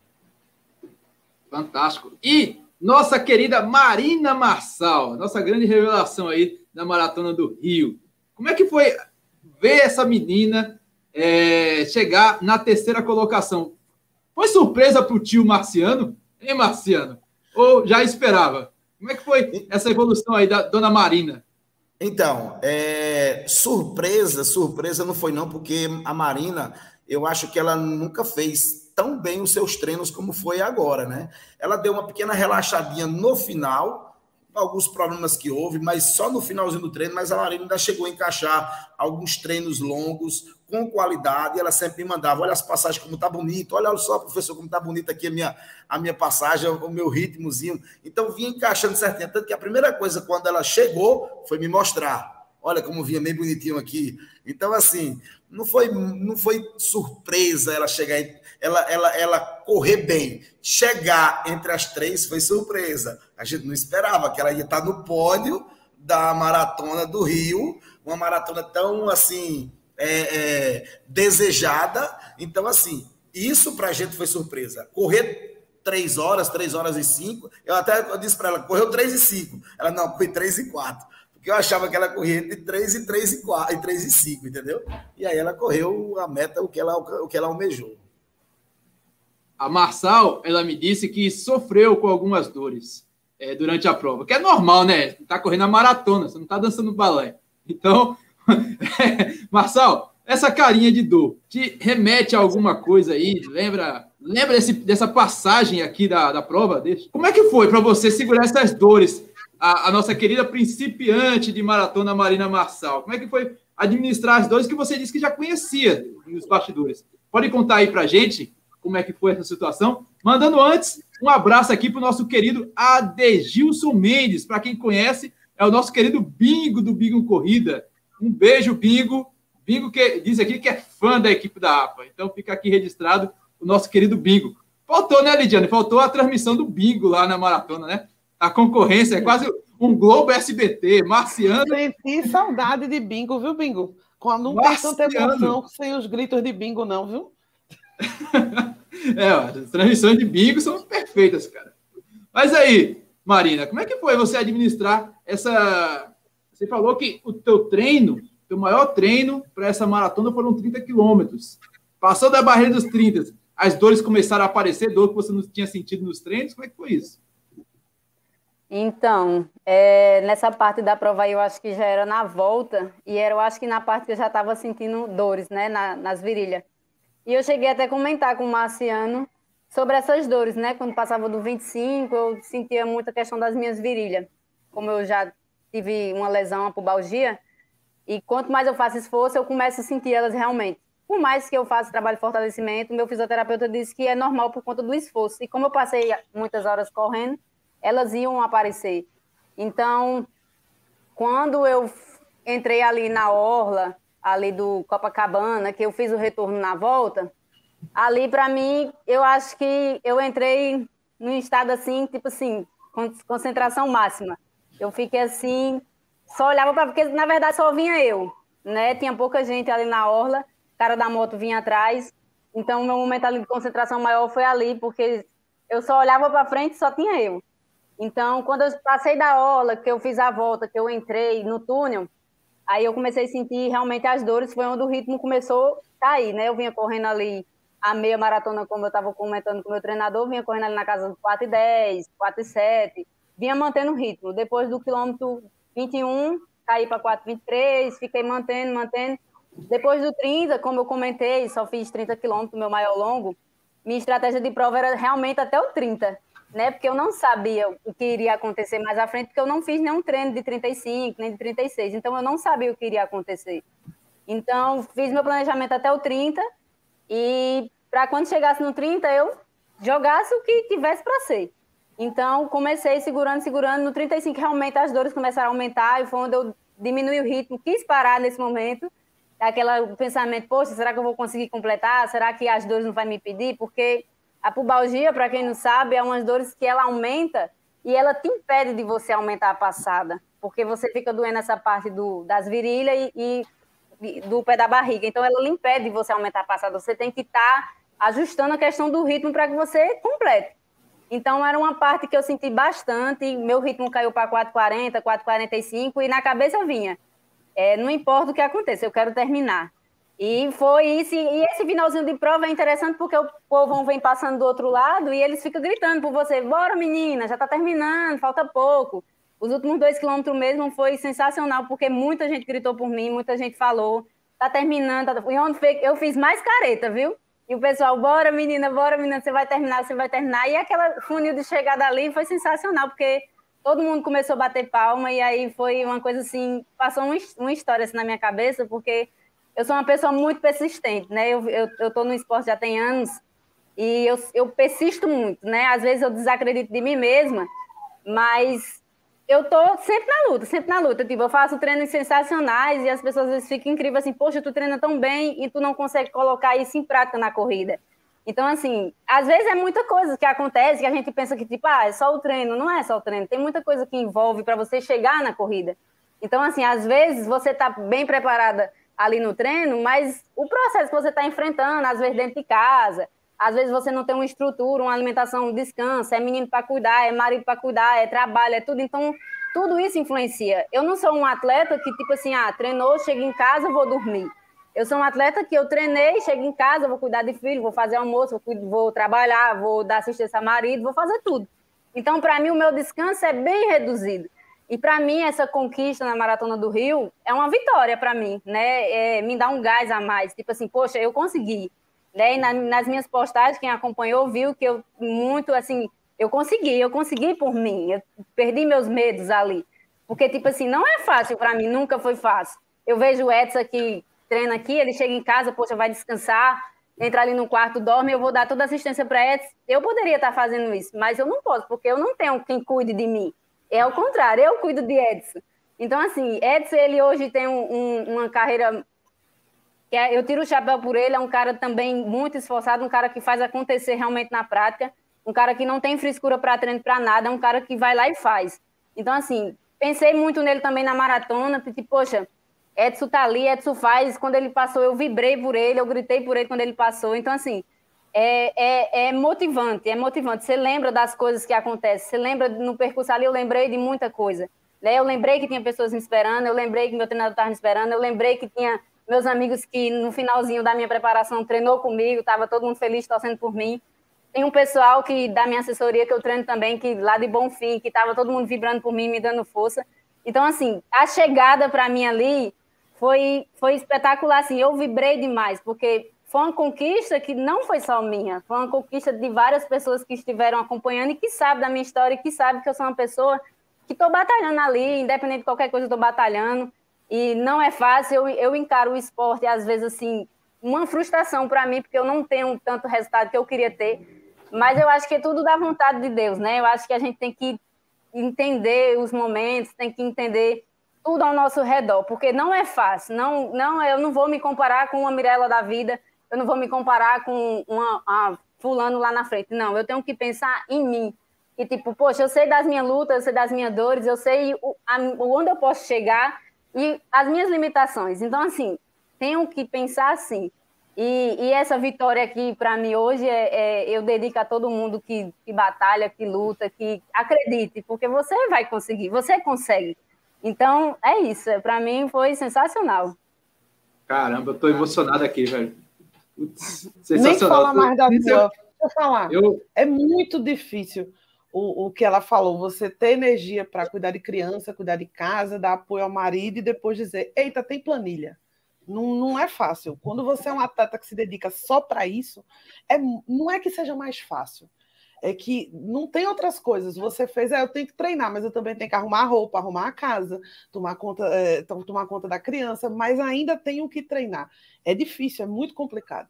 Speaker 1: Fantástico. E nossa querida Marina Marçal, nossa grande revelação aí na Maratona do Rio. Como é que foi ver essa menina é, chegar na terceira colocação? Foi surpresa para o tio Marciano? Hein, Marciano? Ou já esperava? Como é que foi essa evolução aí da dona Marina?
Speaker 3: Então, é, surpresa, surpresa não foi não, porque a Marina, eu acho que ela nunca fez tão bem os seus treinos como foi agora, né? Ela deu uma pequena relaxadinha no final, alguns problemas que houve, mas só no finalzinho do treino, mas a Marina ainda chegou a encaixar alguns treinos longos, com qualidade, ela sempre me mandava, olha as passagens como tá bonito, olha só, professor, como tá bonita aqui a minha, a minha passagem, o meu ritmozinho. Então, vinha encaixando certinho, tanto que a primeira coisa, quando ela chegou, foi me mostrar, olha como vinha meio bonitinho aqui. Então, assim, não foi, não foi surpresa ela chegar, ela, ela, ela correr bem. Chegar entre as três foi surpresa. A gente não esperava que ela ia estar no pódio da Maratona do Rio, uma maratona tão, assim, é, é, desejada. Então, assim, isso para a gente foi surpresa. Correr três horas, três horas e cinco, eu até eu disse para ela, correu três e cinco. Ela, não, foi três e quatro. Porque eu achava que ela corria entre três e três e quatro, e três e cinco, entendeu? E aí ela correu a meta, o que ela, o que ela almejou.
Speaker 1: A Marçal, ela me disse que sofreu com algumas dores é, durante a prova, que é normal, né? Tá correndo a maratona, você não tá dançando balé. Então, Marçal, essa carinha de dor te remete a alguma coisa aí? Lembra, lembra desse, dessa passagem aqui da, da prova? Como é que foi para você segurar essas dores? A, a nossa querida principiante de maratona, Marina Marçal. Como é que foi administrar as dores que você disse que já conhecia nos bastidores? Pode contar aí pra gente como é que foi essa situação? Mandando antes um abraço aqui para o nosso querido Adegilson Mendes. Para quem conhece, é o nosso querido Bingo do Bingo Corrida. Um beijo, Bingo. Bingo que diz aqui que é fã da equipe da A P A. Então fica aqui registrado o nosso querido Bingo. Faltou, né, Lidiane? Faltou a transmissão do Bingo lá na maratona, né? A concorrência é quase um Globo S B T. Marciano.
Speaker 2: Senti saudade de Bingo, viu, Bingo? Quando não tem tanta emoção sem os gritos de Bingo, não, viu?
Speaker 1: É, as transmissões de Bingo são perfeitas, cara. Mas aí, Marina, como é que foi você administrar essa... Você falou que o teu treino, teu maior treino para essa maratona foram trinta quilômetros. Passou da barreira dos trinta, as dores começaram a aparecer, dor que você não tinha sentido nos treinos, como é que foi isso?
Speaker 4: Então, é, nessa parte da prova aí, eu acho que já era na volta, e era, eu acho que na parte que eu já estava sentindo dores, né, na, nas virilhas. E eu cheguei até a comentar com o Marciano sobre essas dores, né? Quando passava do vinte e cinco, eu sentia muita questão das minhas virilhas. Como eu já tive uma lesão, uma pubalgia, e quanto mais eu faço esforço, eu começo a sentir elas realmente. Por mais que eu faça trabalho de fortalecimento, meu fisioterapeuta disse que é normal por conta do esforço. E como eu passei muitas horas correndo, elas iam aparecer. Então, quando eu entrei ali na orla, ali do Copacabana, que eu fiz o retorno na volta, ali, para mim, eu acho que eu entrei num estado assim, tipo assim, concentração máxima. Eu fiquei assim, só olhava para... Porque, na verdade, só vinha eu, né? Tinha pouca gente ali na orla, o cara da moto vinha atrás. Então, o meu momento ali de concentração maior foi ali, porque eu só olhava para frente e só tinha eu. Então, quando eu passei da orla, que eu fiz a volta, que eu entrei no túnel, aí eu comecei a sentir realmente as dores, foi onde o ritmo começou a cair, né? Eu vinha correndo ali a meia maratona, como eu estava comentando com o meu treinador, vinha correndo ali na casa do quatro e dez, quatro e sete, vinha mantendo o ritmo. Depois do quilômetro vinte e um, caí para quatro e vinte e três, fiquei mantendo, mantendo. Depois do trinta, como eu comentei, só fiz trinta quilômetros, meu maior longo, minha estratégia de prova era realmente até o trinta, né? Porque eu não sabia o que iria acontecer mais à frente, porque eu não fiz nenhum treino de trinta e cinco, nem de trinta e seis, então eu não sabia o que iria acontecer. Então, fiz meu planejamento até o trinta, e para quando chegasse no trinta, eu jogasse o que tivesse para ser. Então, comecei segurando, segurando. No trinta e cinco, realmente, as dores começaram a aumentar, e foi onde eu diminui o ritmo, quis parar nesse momento. Aquele pensamento, poxa, será que eu vou conseguir completar? Será que as dores não vão me impedir? Porque a pubalgia, para quem não sabe, é umas dores que ela aumenta e ela te impede de você aumentar a passada, porque você fica doendo essa parte do, das virilhas e, e do pé da barriga. Então, ela lhe impede de você aumentar a passada. Você tem que estar tá ajustando a questão do ritmo para que você complete. Então, era uma parte que eu senti bastante. Meu ritmo caiu para quatro e quarenta, quatro e quarenta e cinco, e na cabeça vinha, é, não importa o que aconteça, eu quero terminar. E foi isso. E esse finalzinho de prova é interessante porque o povo vem passando do outro lado e eles ficam gritando por você: bora, menina, já está terminando, falta pouco. Os últimos dois quilômetros mesmo foi sensacional, porque muita gente gritou por mim, muita gente falou, tá terminando. Tá... E onde eu fiz mais careta, viu? E o pessoal: bora, menina, bora, menina, você vai terminar, você vai terminar. E aquela funil de chegada ali foi sensacional, porque todo mundo começou a bater palma, e aí foi uma coisa assim, passou uma história assim na minha cabeça, porque eu sou uma pessoa muito persistente, né? Eu, eu, eu tô no esporte já tem anos, e eu, eu persisto muito, né? Às vezes eu desacredito de mim mesma, mas eu tô sempre na luta, sempre na luta. Tipo, eu faço treinos sensacionais, e as pessoas às vezes ficam incríveis assim: poxa, tu treina tão bem, e tu não consegue colocar isso em prática na corrida. Então, assim, às vezes é muita coisa que acontece que a gente pensa que, tipo, ah, é só o treino. Não é só o treino. Tem muita coisa que envolve para você chegar na corrida. Então, assim, às vezes você está bem preparada ali no treino, mas o processo que você está enfrentando, às vezes dentro de casa, às vezes você não tem uma estrutura, uma alimentação, um descanso, é menino para cuidar, é marido para cuidar, é trabalho, é tudo. Então, tudo isso influencia. Eu não sou um atleta que, tipo assim, ah, treinou, chego em casa, vou dormir. Eu sou um atleta que eu treinei, chego em casa, vou cuidar de filho, vou fazer almoço, vou, vou trabalhar, vou dar assistência a marido, vou fazer tudo. Então, para mim, o meu descanso é bem reduzido. E, para mim, essa conquista na Maratona do Rio é uma vitória para mim, né? É, me dá um gás a mais. Tipo assim, poxa, eu consegui. Né? E na, nas minhas postagens, quem acompanhou viu que eu muito, assim, eu consegui, eu consegui por mim. Eu perdi meus medos ali. Porque, tipo assim, não é fácil para mim, nunca foi fácil. Eu vejo o Edson aqui, treina aqui, ele chega em casa, poxa, vai descansar, entra ali no quarto, dorme, eu vou dar toda a assistência para Edson. Eu poderia estar fazendo isso, mas eu não posso, porque eu não tenho quem cuide de mim. É o contrário, eu cuido de Edson. Então, assim, Edson, ele hoje tem um, um, uma carreira que é, eu tiro o chapéu por ele, é um cara também muito esforçado, um cara que faz acontecer realmente na prática, um cara que não tem frescura para treino para nada, é um cara que vai lá e faz. Então, assim, pensei muito nele também na maratona, porque, poxa, Edson tá ali, Edson faz, quando ele passou eu vibrei por ele, eu gritei por ele quando ele passou, então assim, é, é, é motivante, é motivante, você lembra das coisas que acontecem, você lembra no percurso ali, eu lembrei de muita coisa, né? Eu lembrei que tinha pessoas me esperando, eu lembrei que meu treinador estava me esperando, eu lembrei que tinha meus amigos que no finalzinho da minha preparação treinou comigo, estava todo mundo feliz, torcendo por mim. Tem um pessoal que da minha assessoria que eu treino também, que lá de Bonfim, que estava todo mundo vibrando por mim, me dando força. Então, assim, a chegada para mim ali foi, foi espetacular, assim, eu vibrei demais, porque foi uma conquista que não foi só minha, foi uma conquista de várias pessoas que estiveram acompanhando e que sabem da minha história e que sabem que eu sou uma pessoa que estou batalhando ali, independente de qualquer coisa, eu estou batalhando, e não é fácil, eu, eu encaro o esporte, às vezes, assim, uma frustração para mim, porque eu não tenho tanto resultado que eu queria ter, mas eu acho que é tudo da vontade de Deus, né? Eu acho que a gente tem que entender os momentos, tem que entender tudo ao nosso redor, porque não é fácil, não, não, eu não vou me comparar com uma Mirella da vida, eu não vou me comparar com uma, uma fulano lá na frente, não, eu tenho que pensar em mim, E, tipo, poxa, eu sei das minhas lutas, eu sei das minhas dores, eu sei o, a, onde eu posso chegar e as minhas limitações. Então, assim, tenho que pensar assim. E, e essa vitória aqui, para mim, hoje, é, é, eu dedico a todo mundo que, que batalha, que luta, que acredite, porque você vai conseguir, você consegue. Então, é isso. Para mim, foi sensacional.
Speaker 1: Caramba, eu tô emocionado aqui, velho. Putz,
Speaker 2: Nem fala mais da tua.
Speaker 1: Eu...
Speaker 2: Deixa eu falar. Eu... É muito difícil o, o que ela falou. Você ter energia para cuidar de criança, cuidar de casa, dar apoio ao marido e depois dizer, eita, tem planilha. Não, não é fácil. Quando você é um atleta que se dedica só para isso, é, não é que seja mais fácil. É que não tem outras coisas. Você fez, é, eu tenho que treinar, mas eu também tenho que arrumar a roupa, arrumar a casa, tomar conta, é, tomar conta da criança, mas ainda tenho que treinar. É difícil, é muito complicado.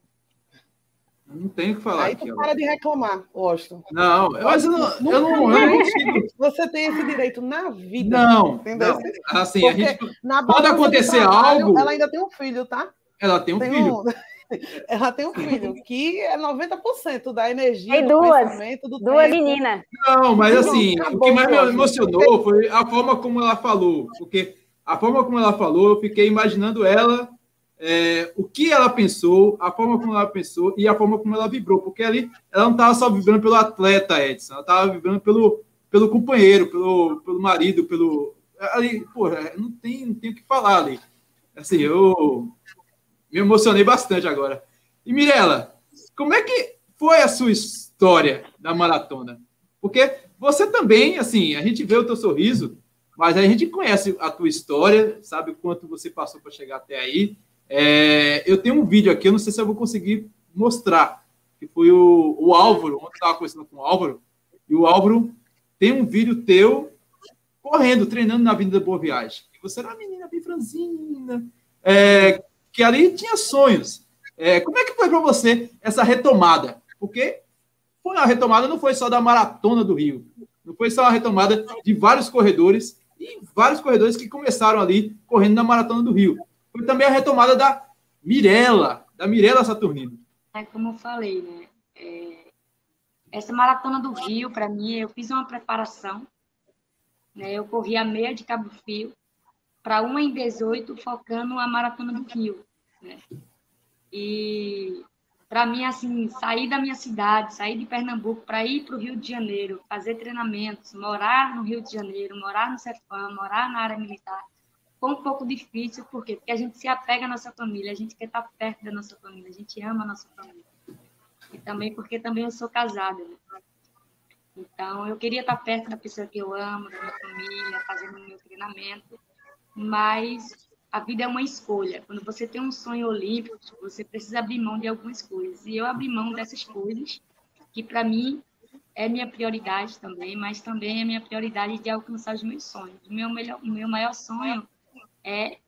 Speaker 1: Não tenho o que falar.
Speaker 2: Aí
Speaker 1: aqui,
Speaker 2: tu para de reclamar, Washington.
Speaker 1: Não, mas eu não, eu não, eu não consigo.
Speaker 2: Você tem esse direito na vida.
Speaker 1: Não,
Speaker 2: entendeu?
Speaker 1: não. Assim,
Speaker 2: porque
Speaker 1: a gente,
Speaker 2: na
Speaker 1: quando acontecer
Speaker 2: trabalho,
Speaker 1: algo...
Speaker 2: Ela ainda tem um filho, tá?
Speaker 1: Ela tem um tem filho. Um...
Speaker 2: Ela tem um filho, que é noventa por cento da energia,
Speaker 4: e
Speaker 2: do
Speaker 4: duas,
Speaker 2: pensamento, do
Speaker 4: duas
Speaker 2: tempo.
Speaker 4: meninas.
Speaker 1: Não, mas assim,
Speaker 2: não,
Speaker 1: o que mais me emocionou foi a forma como ela falou. Porque a forma como ela falou, eu fiquei imaginando ela, é, o que ela pensou, a forma como ela pensou e a forma como ela vibrou. Porque ali, ela não estava só vibrando pelo atleta, Edson. Ela estava vibrando pelo, pelo companheiro, pelo, pelo marido, pelo... Ali, porra, não tem, não tem o que falar ali. Assim, eu... me emocionei bastante agora. E, Mirela, como é que foi a sua história da maratona? Porque você também, assim, a gente vê o teu sorriso, mas a gente conhece a tua história, sabe o quanto você passou para chegar até aí. É, eu tenho um vídeo aqui, eu não sei se eu vou conseguir mostrar, que foi o, o Álvaro, ontem eu estava conversando com o Álvaro, e o Álvaro tem um vídeo teu correndo, treinando na Avenida Boa Viagem. E você era uma menina bem franzina, é, que ali tinha sonhos. É, como é que foi para você essa retomada? Porque foi uma retomada, não foi só da Maratona do Rio, não foi só uma retomada de vários corredores, e vários corredores que começaram ali correndo na Maratona do Rio. Foi também a retomada da Mirela, da Mirela Saturnino.
Speaker 6: É como eu falei, né? É, essa Maratona do Rio, para mim, eu fiz uma preparação, né? Eu corri a meia de Cabo Frio para uma em dezoito, focando a Maratona do Rio, né? E para mim, assim, sair da minha cidade, sair de Pernambuco para ir para o Rio de Janeiro, fazer treinamentos, morar no Rio de Janeiro, morar no Cefam, morar na área militar, foi um pouco difícil, por quê? Porque a gente se apega à nossa família, a gente quer estar perto da nossa família, a gente ama a nossa família. E também porque também eu sou casada, né? Então, eu queria estar perto da pessoa que eu amo, da minha família, fazendo o meu treinamento, mas a vida é uma escolha. Quando você tem um sonho olímpico, você precisa abrir mão de algumas coisas. E eu abri mão dessas coisas, que para mim é minha prioridade também, mas também é minha prioridade de alcançar os meus sonhos. O meu, melhor, o meu maior sonho é,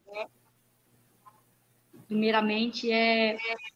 Speaker 6: primeiramente, é,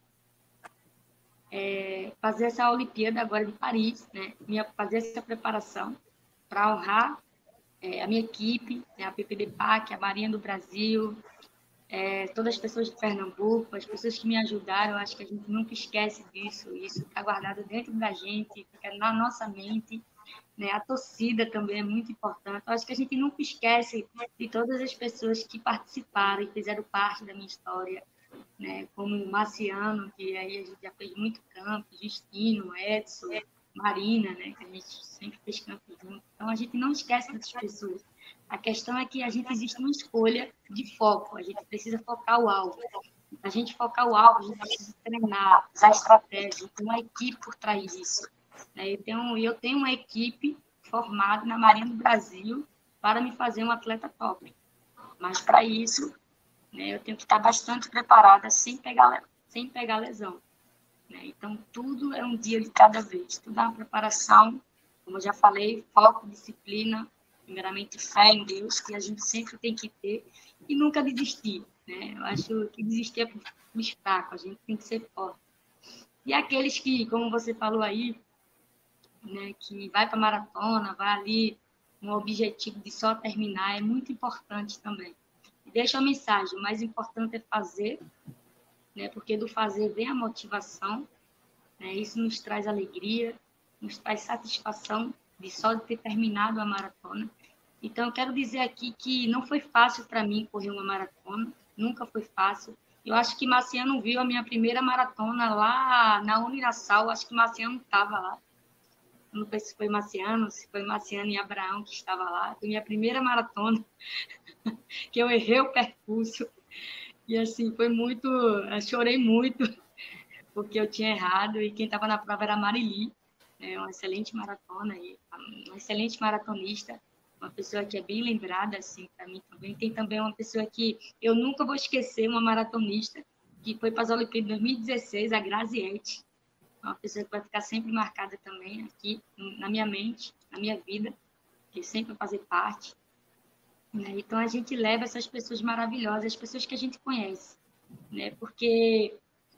Speaker 6: é fazer essa Olimpíada agora de Paris, né? Fazer essa preparação para honrar é, a minha equipe, né? A P P D P A C, a Marinha do Brasil, é, todas as pessoas de Pernambuco, as pessoas que me ajudaram. Acho que a gente nunca esquece disso, isso está guardado dentro da gente, fica na nossa mente, né? A torcida também é muito importante. Acho que a gente nunca esquece de todas as pessoas que participaram e fizeram parte da minha história, né? Como o Marciano, que aí a gente já fez muito campo, Justino, Edson, Marina, né? Que a gente sempre fez campo junto. Então, a gente não esquece dessas pessoas. A questão é que a gente existe uma escolha de foco, a gente precisa focar o alvo. A gente focar o alvo, a gente precisa treinar, usar estratégia, tem uma equipe por trás disso. Eu tenho, eu tenho uma equipe formada na Marinha do Brasil para me fazer um atleta top. Mas, para isso, né, eu tenho que estar bastante preparada sem pegar, sem pegar lesão. Né? Então, tudo é um dia de cada vez. Tudo é uma preparação, como eu já falei, foco, disciplina, primeiramente fé em Deus, que a gente sempre tem que ter, e nunca desistir. Né? Eu acho que desistir é para os fracos, a gente tem que ser forte. E aqueles que, como você falou aí, né, que vai para a maratona, vai ali com o objetivo de só terminar, é muito importante também. E deixa a mensagem, o mais importante é fazer, né, porque do fazer vem a motivação, né, isso nos traz alegria, nos traz satisfação de só de ter terminado a maratona. Então, eu quero dizer aqui que não foi fácil para mim correr uma maratona, nunca foi fácil. Eu acho que Marciano viu a minha primeira maratona lá na Unirassal, acho que Marciano estava lá. Não sei se foi Marciano, se foi Marciano e Abraão que estava lá. Foi minha primeira maratona, que eu errei o percurso. E, assim, foi muito... Eu chorei muito, porque eu tinha errado. E quem estava na prova era a Marili, né, uma excelente maratona, uma excelente maratonista. Uma pessoa que é bem lembrada, assim, para mim também. Tem também uma pessoa que eu nunca vou esquecer, uma maratonista, que foi para as Olimpíadas de dois mil e dezesseis, a Graziete. Uma pessoa que vai ficar sempre marcada também aqui, na minha mente, na minha vida, que sempre vai fazer parte. Né? Então, a gente leva essas pessoas maravilhosas, as pessoas que a gente conhece. Né? Porque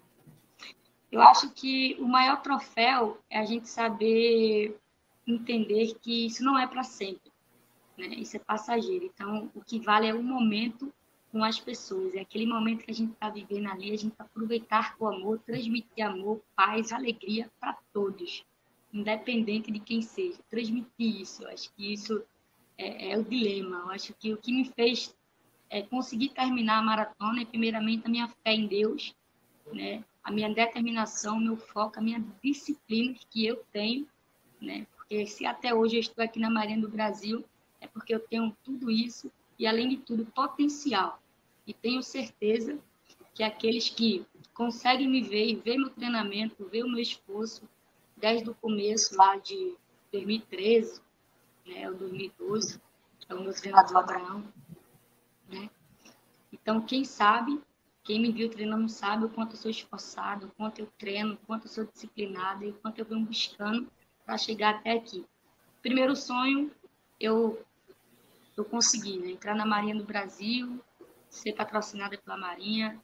Speaker 6: eu acho que o maior troféu é a gente saber entender que isso não é para sempre. Né? Isso é passageiro. Então, o que vale é o momento com as pessoas. É aquele momento que a gente está vivendo ali, a gente aproveitar com amor, transmitir amor, paz, alegria para todos, independente de quem seja. Transmitir isso. Eu acho que isso é, é o dilema. Eu acho que o que me fez é conseguir terminar a maratona é, primeiramente, a minha fé em Deus, né? A minha determinação, o meu foco, a minha disciplina que eu tenho, né? Porque se até hoje eu estou aqui na Marinha do Brasil, é porque eu tenho tudo isso e, além de tudo, potencial. E tenho certeza que aqueles que conseguem me ver e ver meu treinamento, ver o meu esforço, desde o começo lá de dois mil e treze, né, ou dois mil e doze, é o meu treinador Abraão, né? Então, quem sabe, quem me viu treinando sabe o quanto eu sou esforçado, o quanto eu treino, o quanto eu sou disciplinada e o quanto eu venho buscando para chegar até aqui. Primeiro sonho, eu eu consegui, né? Entrar na Marinha do Brasil, ser patrocinada pela Marinha,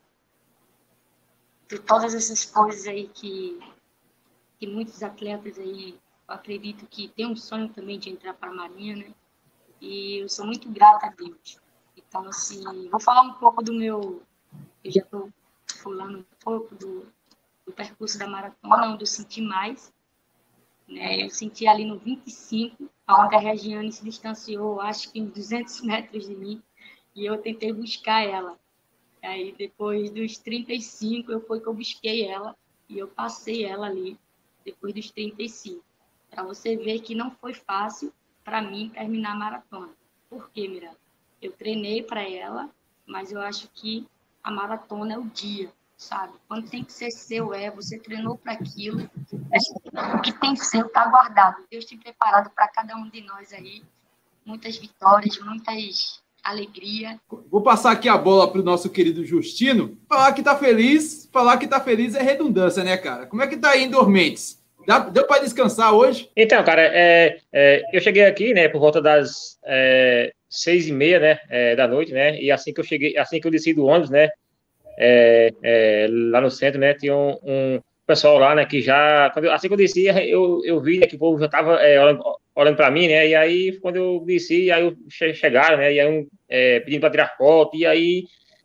Speaker 6: ter todas essas coisas aí que, que muitos atletas aí, eu acredito que tem um sonho também de entrar para a Marinha, né? E eu sou muito grata a Deus. Então, assim, vou falar um pouco do meu... Eu já estou falando um pouco do, do percurso da maratona, onde eu senti mais. Né? Eu senti ali no vinte e cinco, onde a Regiane se distanciou, acho que em duzentos metros de mim, e eu tentei buscar ela. Aí, depois dos trinta e cinco, eu fui que eu busquei ela, e eu passei ela ali, depois dos trinta e cinco. Para você ver que não foi fácil para mim terminar a maratona. Por quê, Miranda? Eu treinei para ela, mas eu acho que a maratona é o dia, sabe? Quando tem que ser seu, é, você treinou para aquilo, o que tem seu está guardado. Deus tem preparado para cada um de nós aí muitas vitórias, muitas alegrias.
Speaker 1: Vou passar aqui a bola para o nosso querido Justino. Falar que tá feliz, falar que tá feliz é redundância, né, cara? Como é que tá aí em Dormentes? Dá, deu para descansar hoje?
Speaker 5: Então, cara, é, é, eu cheguei aqui, né, por volta das é, seis e meia, né, é, da noite, né, e assim que eu cheguei, assim que eu desci do ônibus, né, é, é, lá no centro, né, tinha um, um pessoal lá, né, que já, quando eu, assim que eu desci, eu, eu vi, né, que o povo já tava é, olhando, olhando para mim, né, e aí quando eu desci, aí eu chegaram, né, e aí um, é, pedindo para tirar foto, e aí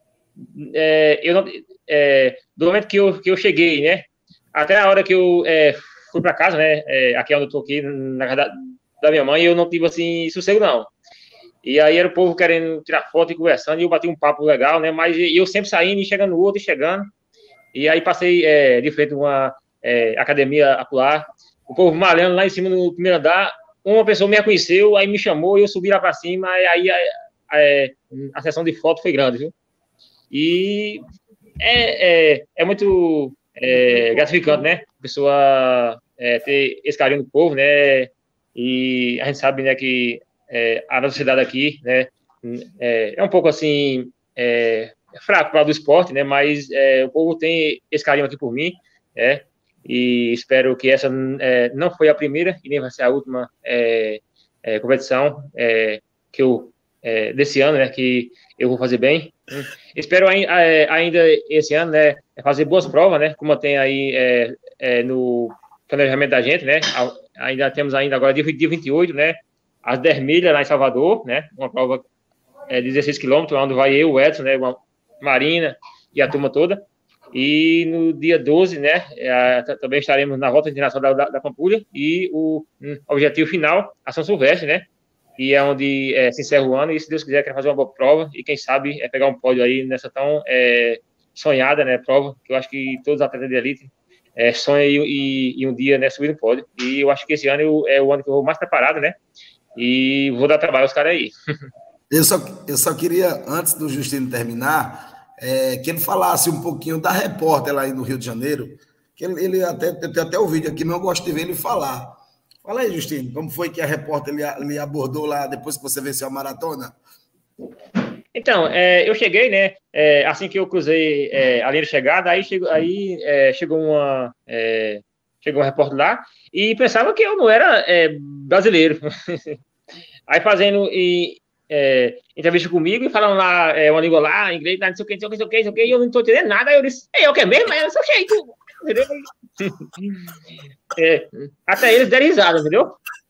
Speaker 5: é, eu não, é, do momento que eu, que eu cheguei, né, até a hora que eu é, fui para casa, né, é, aqui onde eu tô aqui, na casa da, da minha mãe, eu não tive, assim, sossego, não. E aí era o povo querendo tirar foto e conversando, e eu bati um papo legal, né, mas eu sempre saindo e chegando no outro e chegando, e aí passei é, de frente a uma é, academia acular, o povo malhando lá em cima no primeiro andar, uma pessoa me reconheceu, aí me chamou, e eu subi lá para cima, e aí a, a, a sessão de foto foi grande, viu? E é, é, é muito é, gratificante, né, a pessoa é, ter esse carinho do povo, né, e a gente sabe, né, que é, a nossa cidade aqui, né, é, é um pouco assim, é, fraco para o do esporte, né, mas é, o povo tem esse carinho aqui por mim, né, e espero que essa é, não foi a primeira e nem vai ser a última é, é, competição é, que eu, é, desse ano, né, que eu vou fazer bem. Espero ainda esse ano, né, fazer boas provas, né, como tem aí é, é, no planejamento da gente, né, ainda temos ainda agora dia vinte e oito, né, as dez milhas lá em Salvador, né, uma prova é, de dezesseis quilômetros, onde vai eu, o Edson, né, a Marina e a turma toda, E no dia doze, né, é, também estaremos na Volta Internacional da, da Pampulha e o um, objetivo final, a São Silvestre, né, e é onde é, se encerra o ano e, se Deus quiser, quero fazer uma boa prova e, quem sabe, é pegar um pódio aí nessa tão é, sonhada, né, prova, que eu acho que todos os atletas de elite é, sonham e, e, e um dia, né, subir no pódio. E eu acho que esse ano eu, é o ano que eu vou mais preparado, né, e vou dar trabalho aos caras aí.
Speaker 3: Eu só, eu só queria, antes do Justino terminar, é, que ele falasse um pouquinho da repórter lá aí no Rio de Janeiro, que ele, ele até tem até o vídeo aqui, mas eu gosto de ver ele falar. Fala aí, Justino, como foi que a repórter lhe, lhe abordou lá depois que você venceu a maratona?
Speaker 5: Então, é, eu cheguei, né, é, assim que eu cruzei é, a linha de chegada, aí, chegou, aí é, chegou, uma, é, chegou um repórter lá e pensava que eu não era é, brasileiro. Aí fazendo e, é, entrevista comigo e falando lá é, uma língua lá, inglês, não sei o que, não sei o que, não sei o que, não sei o que, e eu não estou entendendo nada. Aí eu disse, é eu que é mesmo? É o seu jeito. Entendeu? É, até eles deram risada, entendeu?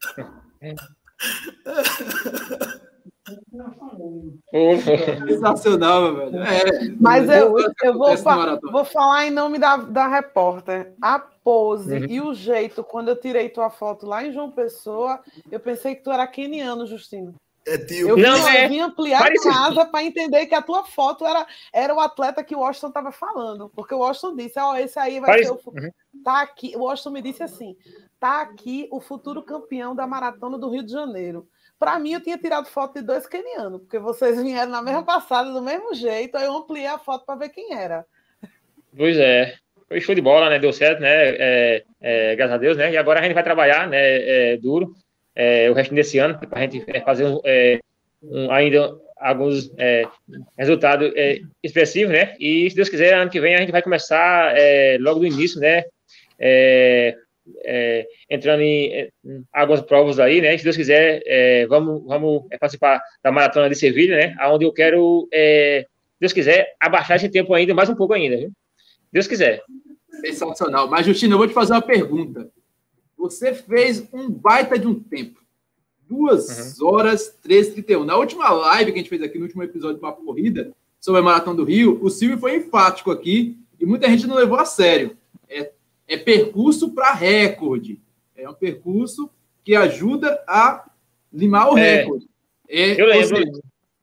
Speaker 1: Sensacional, velho. É,
Speaker 2: Mas eu, eu vou, fa vou falar em nome da, da repórter. A pose uhum. e o jeito, quando eu tirei tua foto lá em João Pessoa, eu pensei que tu era queniano, Justino.
Speaker 3: É tio.
Speaker 2: Eu,
Speaker 5: não,
Speaker 2: vim,
Speaker 5: é.
Speaker 2: eu vim ampliar Parece... a casa para entender que a tua foto era, era o atleta que o Washington estava falando. Porque o Washington disse, ó, oh, esse aí vai Parece... ser o... Uhum. Tá aqui. O Washington me disse assim, tá aqui o futuro campeão da Maratona do Rio de Janeiro. Para mim, eu tinha tirado foto de dois quenianos, porque vocês vieram na mesma passada, do mesmo jeito, aí eu ampliei a foto para ver quem era.
Speaker 5: Pois é. Foi show de bola, né? Deu certo, né? É, é, graças a Deus, né? E agora a gente vai trabalhar, né? É, duro. É, o resto desse ano, para a gente fazer um, é, um, ainda alguns é, resultados é, expressivos, né? E, se Deus quiser, ano que vem a gente vai começar é, logo do início, né? É, é, entrando em, em algumas provas aí, né? Se Deus quiser, é, vamos, vamos participar da Maratona de Sevilha, né? Onde eu quero, é, se Deus quiser, abaixar esse tempo ainda, mais um pouco ainda, viu? Deus quiser.
Speaker 1: Sensacional. Mas, Justino, eu vou te fazer uma pergunta. Você fez um baita de um tempo. duas horas, treze, trinta e um. Na última live que a gente fez aqui, no último episódio do Papo Corrida, sobre a Maratona do Rio, o Silvio foi enfático aqui e muita gente não levou a sério. É, é percurso para recorde. É um percurso que ajuda a limar o é, recorde. É,
Speaker 5: eu lembro.
Speaker 1: Seja,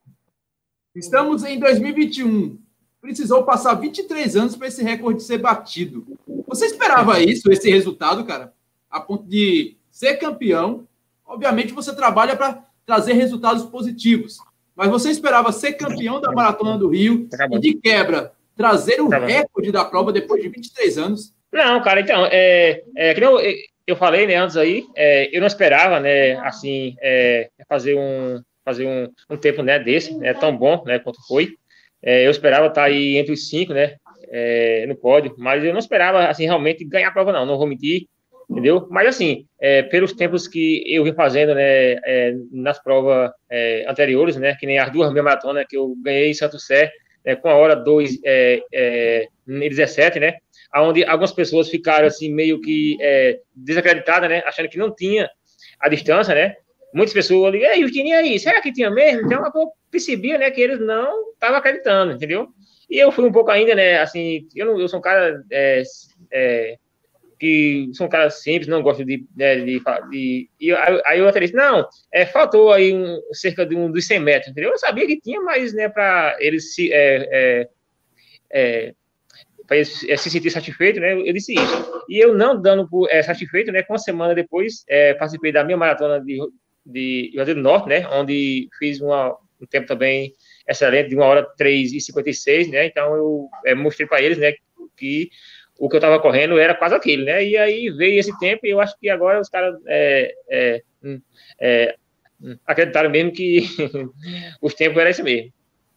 Speaker 1: estamos em dois mil e vinte e um. Precisou passar vinte e três anos para esse recorde ser batido. Você esperava isso, esse resultado, cara? A ponto de ser campeão. Obviamente, você trabalha para trazer resultados positivos. Mas você esperava ser campeão da Maratona do Rio e, de quebra, trazer o recorde da prova depois de vinte e três anos?
Speaker 5: Não, cara, então, é, é, que eu, eu falei, né, antes aí, é, eu não esperava, né, assim, é, fazer um, fazer um, um tempo, né, desse, né, tão bom, né, quanto foi. É, eu esperava estar aí entre os cinco, né, é, no pódio, mas eu não esperava, assim, realmente ganhar a prova, não, não vou mentir, entendeu? Mas, assim, é, pelos tempos que eu vim fazendo, né, é, nas provas é, anteriores, né, que nem as duas meia maratonas que eu ganhei em Santo Sé, né, com a hora dois é, é, dezessete, né, onde algumas pessoas ficaram, assim, meio que é, desacreditadas, né, achando que não tinha a distância, né, muitas pessoas ali, ei, Justino, e aí, será que tinha mesmo? Então, eu percebia, né, que eles não estavam acreditando, entendeu? E eu fui um pouco ainda, né, assim, eu, não, eu sou um cara, é, é, que sou um cara simples, não gosto de, né, de, de e aí eu até disse, não, é, faltou aí um, cerca de um dos cem metros, entendeu? Eu sabia que tinha, mas, né, para eles se, é, é, é, para eles se sentir satisfeito, né, eu disse isso. E eu não dando por é, satisfeito, né, com uma semana depois, é, participei da minha maratona de, de Juazeiro do Norte, né, onde fiz uma, um tempo também excelente, de uma hora três e cinquenta e seis, né, então eu é, mostrei para eles, né, que o que eu estava correndo era quase aquilo, né, e aí veio esse tempo e eu acho que agora os caras é, é, é, acreditaram mesmo que os tempos eram esse mesmo.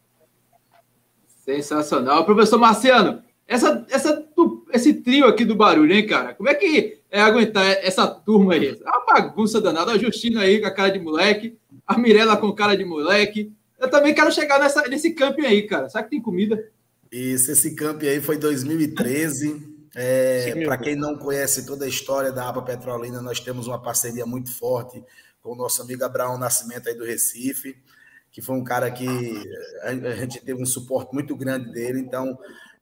Speaker 1: Sensacional. Professor Marciano, essa, essa, esse trio aqui do barulho, hein, cara? Como é que é aguentar essa turma aí? É uma bagunça danada. A Justina aí com a cara de moleque, a Mirella com cara de moleque. Eu também quero chegar nessa, nesse camping aí, cara. Será que tem comida?
Speaker 3: Isso, esse camping aí foi dois mil e treze. É, para quem não conhece toda a história da APA Petrolina, nós temos uma parceria muito forte com o nosso amigo Abraão Nascimento aí do Recife, que foi um cara que a gente teve um suporte muito grande dele. Então,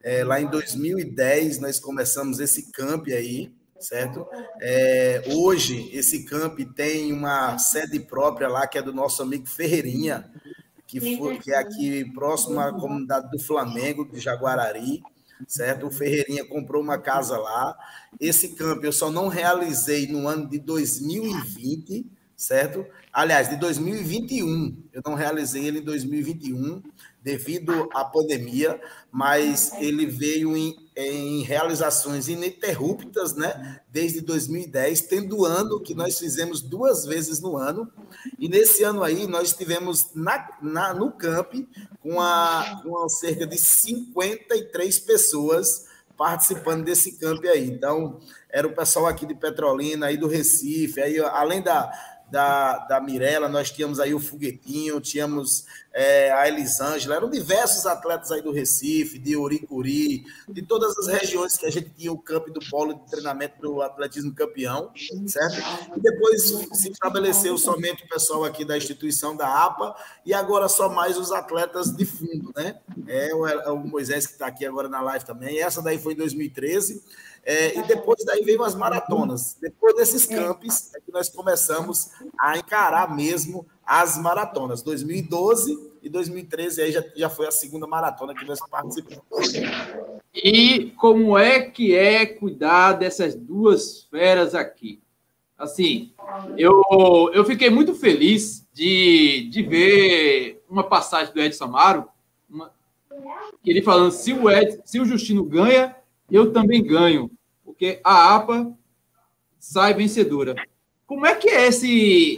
Speaker 3: É, lá em dois mil e dez, nós começamos esse camp aí, certo? É, hoje, esse camp tem uma sede própria lá, que é do nosso amigo Ferreirinha, que, foi, que é aqui próximo à comunidade do Flamengo, de Jaguarari, certo? O Ferreirinha comprou uma casa lá. Esse camp eu só não realizei no ano de dois mil e vinte, certo? Aliás, de dois mil e vinte e um. Eu não realizei ele em dois mil e vinte e um, devido à pandemia, mas ele veio em, em realizações ininterruptas, né? Desde dois mil e dez, tendo ano que nós fizemos duas vezes no ano. E nesse ano aí, nós tivemos na, na, no camp com, a, com a cerca de cinquenta e três pessoas participando desse camp aí. Então, era o pessoal aqui de Petrolina, aí do Recife, aí, além da, da, da Mirella, nós tínhamos aí o Foguetinho, tínhamos é, a Elisângela, eram diversos atletas aí do Recife, de Uricuri, de todas as regiões que a gente tinha o campo do polo de treinamento do atletismo campeão, certo? E depois se estabeleceu somente o pessoal aqui da instituição da A P A e agora só mais os atletas de fundo, né? É o, é o Moisés que está aqui agora na live também, essa daí foi em dois mil e treze, é, e depois daí veio as maratonas. Depois desses campos é que nós começamos a encarar mesmo as maratonas. dois mil e doze e dois mil e treze aí já, já foi a segunda maratona que nós participamos.
Speaker 1: E como é que é cuidar dessas duas feras aqui? Assim, eu, eu fiquei muito feliz de, de ver uma passagem do Edson Amaro, uma, ele falando, se o, Ed, se o Justino ganha, eu também ganho, porque a A P A sai vencedora. Como é que é esse...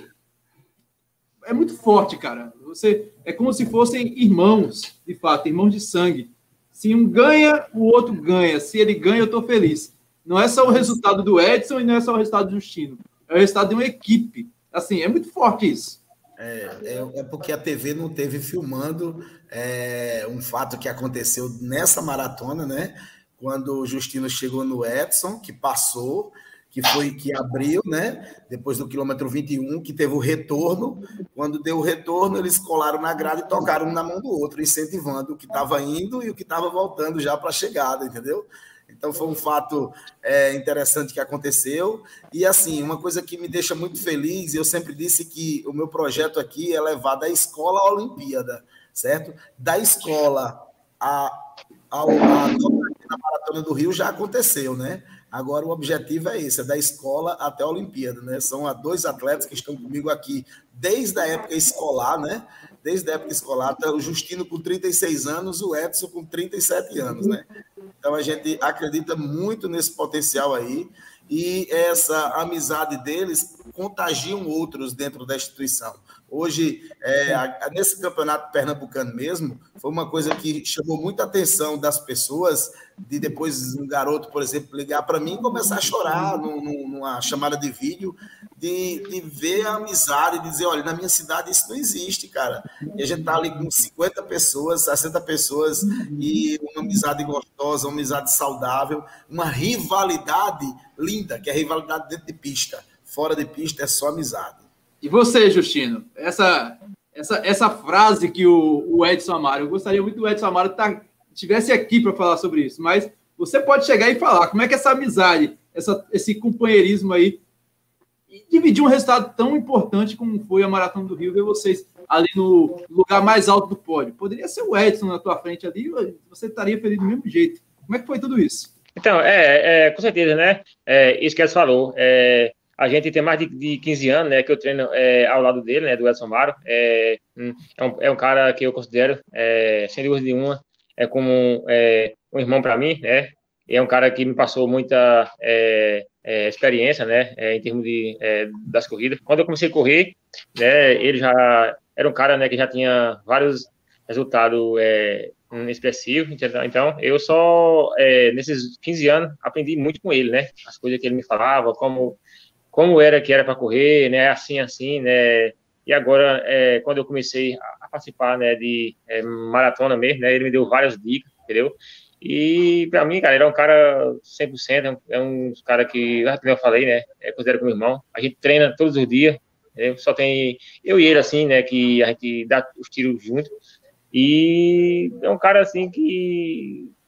Speaker 1: É muito forte, cara. Você, é como se fossem irmãos, de fato, irmãos de sangue. Se um ganha, o outro ganha. Se ele ganha, eu estou feliz. Não é só o resultado do Edson e não é só o resultado do Justino. É o resultado de uma equipe. Assim, é muito forte isso.
Speaker 3: É, é, é porque a T V não teve filmando é, um fato que aconteceu nessa maratona, né? Quando o Justino chegou no Edson, que passou, que foi que abriu, né? Depois do quilômetro vinte e um, que teve o retorno. Quando deu o retorno, eles colaram na grade e tocaram um na mão do outro, incentivando o que estava indo e o que estava voltando já para a chegada, entendeu? Então, foi um fato é, interessante que aconteceu. E, assim, uma coisa que me deixa muito feliz, eu sempre disse que o meu projeto aqui é levar da escola à Olimpíada, certo? Da escola à, à, à Maratona do Rio já aconteceu, né? Agora, o objetivo é esse, é da escola até a Olimpíada, né? São dois atletas que estão comigo aqui desde a época escolar, né? Desde a época escolar, o Justino com trinta e seis anos, o Edson com trinta e sete anos, né? Então, a gente acredita muito nesse potencial aí e essa amizade deles contagiam outros dentro da instituição. Hoje, é, nesse campeonato pernambucano mesmo, foi uma coisa que chamou muita atenção das pessoas, de depois um garoto, por exemplo, ligar para mim e começar a chorar num, numa chamada de vídeo, de, de ver a amizade, de dizer, olha, na minha cidade isso não existe, cara. E a gente tá ali com cinquenta pessoas, sessenta pessoas, e uma amizade gostosa, uma amizade saudável, uma rivalidade linda, que é a rivalidade dentro de pista. Fora de pista é só amizade.
Speaker 1: E você, Justino? Essa, essa, essa frase que o, o Edson Amaro, eu gostaria muito que o Edson Amaro tá, estivesse aqui para falar sobre isso, mas você pode chegar e falar como é que essa amizade, essa, esse companheirismo aí, e dividir um resultado tão importante como foi a Maratona do Rio, ver vocês ali no lugar mais alto do pódio. Poderia ser o Edson na tua frente ali, você estaria feliz do mesmo jeito. Como é que foi tudo isso? Então,
Speaker 5: é, é com certeza, né? É, isso que Edson falou. É, a gente tem mais de, de quinze anos, né, que eu treino é, ao lado dele, né, do Edson Amaro. É, é, um, é um cara que eu considero, é, sem dúvida nenhuma, é como é, um irmão para mim, né? E é um cara que me passou muita é, é, experiência, né, é, em termos de, é, das corridas. Quando eu comecei a correr, né, ele já era um cara, né, que já tinha vários resultados é, expressivos. Então, eu só, é, nesses quinze anos, aprendi muito com ele, né? As coisas que ele me falava, como, como era que era para correr, né? Assim, assim, né? E agora, é, quando eu comecei a participar, né, de é, maratona mesmo, né, ele me deu várias dicas, entendeu? E para mim, cara, ele é um cara cem por cento, é um cara que, como eu falei, né, é, considero como irmão. A gente treina todos os dias, entendeu? Só tem eu e ele, assim, né, que a gente dá os tiros juntos. E é um cara, assim, que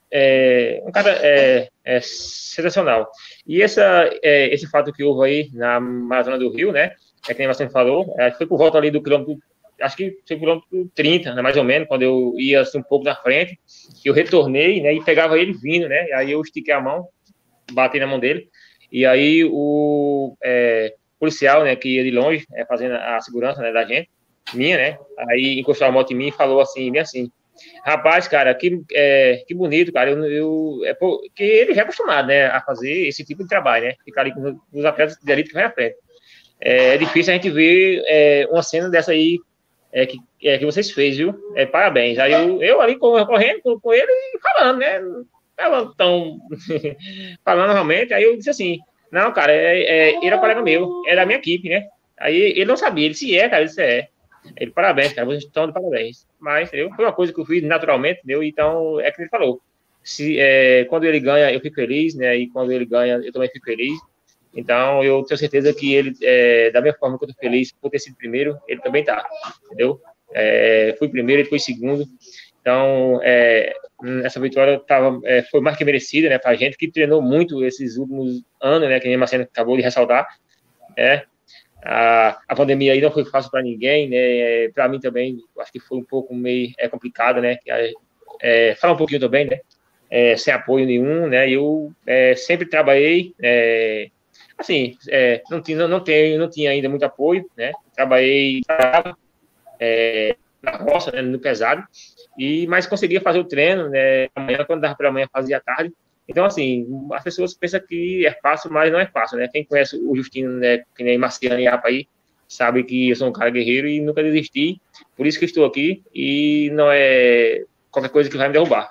Speaker 5: é, um cara é, é, sensacional. E essa, é, esse fato que houve aí na Maratona do Rio, né? É que nem você falou, é, foi por volta ali do quilômetro, acho que foi por quilômetro trinta, né, mais ou menos, quando eu ia assim, um pouco na frente, que eu retornei, né? E pegava ele vindo, né? E aí eu estiquei a mão, bati na mão dele, e aí o é, policial, né, que ia de longe, é, fazendo a segurança, né, da gente, minha, né? Aí encostou a moto em mim e falou assim, bem assim, rapaz, cara, que, é, que bonito, cara, eu, eu, é, pô, que ele já é acostumado, né, a fazer esse tipo de trabalho, né? Ficar ali com os atletas de elite que vai à frente. É, é difícil a gente ver é, uma cena dessa aí é, que, é, que vocês fez, viu? É, parabéns. Aí eu, eu ali correndo com, com ele e falando, né? Não tão falando realmente. Aí eu disse assim: não, cara, é, é, ele é um colega meu, é da minha equipe, né? Aí ele não sabia, ele se é, cara, ele disse é. Ele, parabéns, cara, vocês estão de parabéns. Mas entendeu? Foi uma coisa que eu fiz naturalmente, entendeu? Então, é que ele falou. Se, é, quando ele ganha, eu fico feliz, né? E quando ele ganha, eu também fico feliz. Então, eu tenho certeza que ele, é, da mesma forma que eu estou feliz por ter sido primeiro, ele também está, entendeu? É, fui primeiro, ele foi segundo. Então, é, essa vitória tava, é, foi mais que merecida, né, para a gente que treinou muito esses últimos anos, né, que a Marcelo acabou de ressaltar. É, a, a pandemia aí não foi fácil para ninguém, né, para mim também, acho que foi um pouco meio é, complicado, né, é, falar um pouquinho também, né, é, sem apoio nenhum, né, eu é, sempre trabalhei, é, assim, é, não, tinha, não, tenho, não tinha ainda muito apoio, né? Trabalhei é, na roça, né, no pesado, e, mas conseguia fazer o treino, né? Amanhã, quando dava para amanhã, fazia à tarde. Então, assim, as pessoas pensam que é fácil, mas não é fácil, né? Quem conhece o Justino, né, que nem Marciano e Apa aí, sabe que eu sou um cara guerreiro e nunca desisti. Por isso que estou aqui e não é qualquer coisa que vai me derrubar.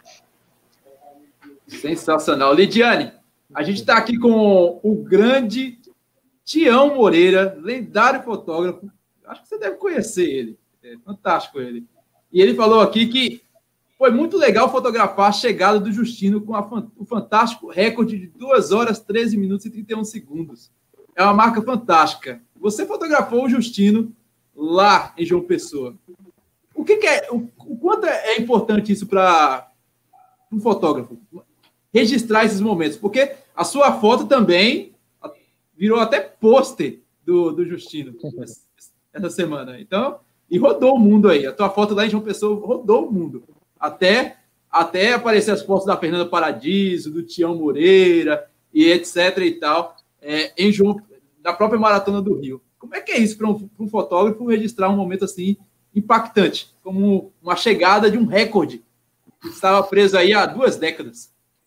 Speaker 1: Sensacional. Lidiane, a gente está aqui com o grande Tião Moreira, lendário fotógrafo. Acho que você deve conhecer ele. É fantástico ele. E ele falou aqui que foi muito legal fotografar a chegada do Justino com a, o fantástico recorde de duas horas, treze minutos e trinta e um segundos. É uma marca fantástica. Você fotografou o Justino lá em João Pessoa. O que, que é, o, o quanto é importante isso para um fotógrafo? Registrar esses momentos, porque a sua foto também virou até pôster do, do Justino essa semana. Então, e rodou o mundo aí. A tua foto lá em João Pessoa rodou o mundo. Até, até aparecer as fotos da Fernanda Paradiso, do Tião Moreira, e etc e tal, é, em João, da própria Maratona do Rio. Como é que é isso para um, um fotógrafo registrar um momento assim impactante, como uma chegada de um recorde que estava preso aí há duas décadas?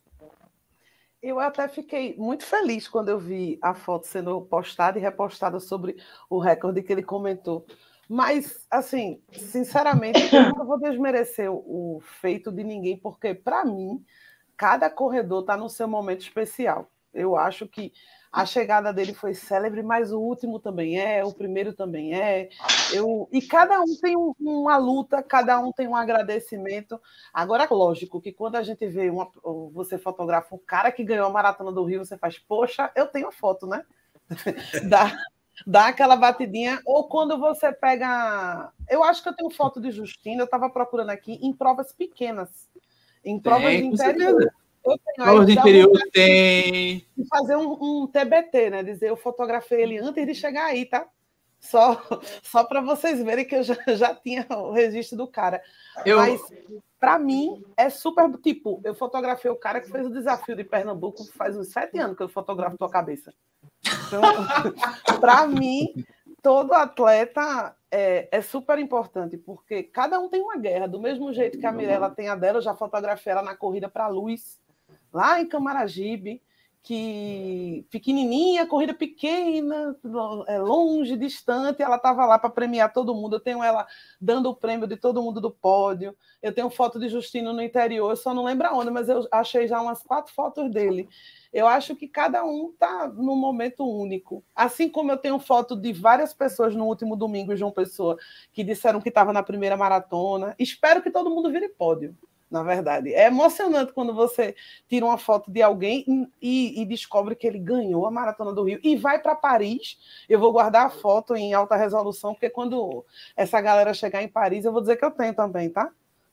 Speaker 2: Eu até fiquei muito feliz quando eu vi a foto sendo postada e repostada sobre o recorde que ele comentou. Mas, assim, sinceramente, eu não vou desmerecer o feito de ninguém, porque, para mim, cada corredor está no seu momento especial. Eu acho que a chegada dele foi célebre, mas o último também é, o primeiro também é. Eu... E cada um tem um, uma luta, cada um tem um agradecimento. Agora, lógico que quando a gente vê, uma, você fotografa um cara que ganhou a Maratona do Rio, você faz, poxa, eu tenho a foto, né? Dá, dá aquela batidinha. Ou quando você pega... Eu acho que eu tenho foto de Justino, eu estava procurando aqui, em provas pequenas, em provas
Speaker 1: tem,
Speaker 2: de interior.
Speaker 1: Provas de interior tem.
Speaker 2: Fazer um, um T B T, né? Dizer, eu fotografei ele antes de chegar aí, tá? Só, só para vocês verem que eu já, já tinha o registro do cara. Eu... Mas, para mim, é super... Tipo, eu fotografei o cara que fez o desafio de Pernambuco faz uns sete anos que eu fotografo tua cabeça. Então, para mim, todo atleta é, é super importante, porque cada um tem uma guerra. Do mesmo jeito que a Mirella tem a dela, eu já fotografei ela na corrida para a Luz, lá em Camaragibe, que pequenininha, corrida pequena, longe, distante, ela estava lá para premiar todo mundo. Eu tenho ela dando o prêmio de todo mundo do pódio. Eu tenho foto de Justino no interior, eu só não lembro aonde, mas eu achei já umas quatro fotos dele. Eu acho que cada um está num momento único. Assim como eu tenho foto de várias pessoas no último domingo em João Pessoa que disseram que estava na primeira maratona. Espero que todo mundo vire pódio. Na verdade, é emocionante quando você tira uma foto de alguém e, e descobre que ele ganhou a Maratona do Rio e vai para Paris. Eu vou guardar a foto em alta resolução, porque quando essa galera chegar em Paris, eu vou dizer que eu tenho também, tá?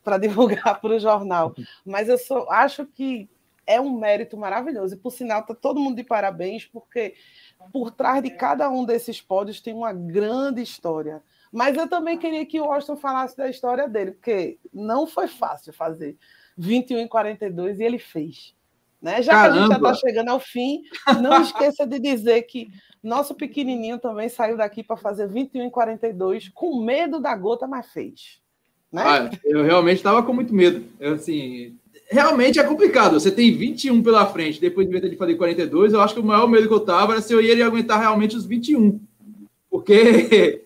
Speaker 2: para divulgar para o jornal. Mas eu só acho que é um mérito maravilhoso. E, por sinal, está todo mundo de parabéns, porque por trás de cada um desses pódios tem uma grande história. Mas eu também queria que o Washington falasse da história dele, porque não foi fácil fazer vinte e um e quarenta e dois e ele fez. Né? Já Caramba. que a gente já está chegando ao fim, não esqueça de dizer que nosso pequenininho também saiu daqui para fazer vinte e um e quarenta e dois com medo da gota, mas fez. Né?
Speaker 1: Ah, eu realmente estava com muito medo. Eu, assim, realmente é complicado. Você tem vinte e um pela frente, depois de de fazer quarenta e dois, eu acho que o maior medo que eu estava era se eu ia aguentar realmente os vinte e um. Porque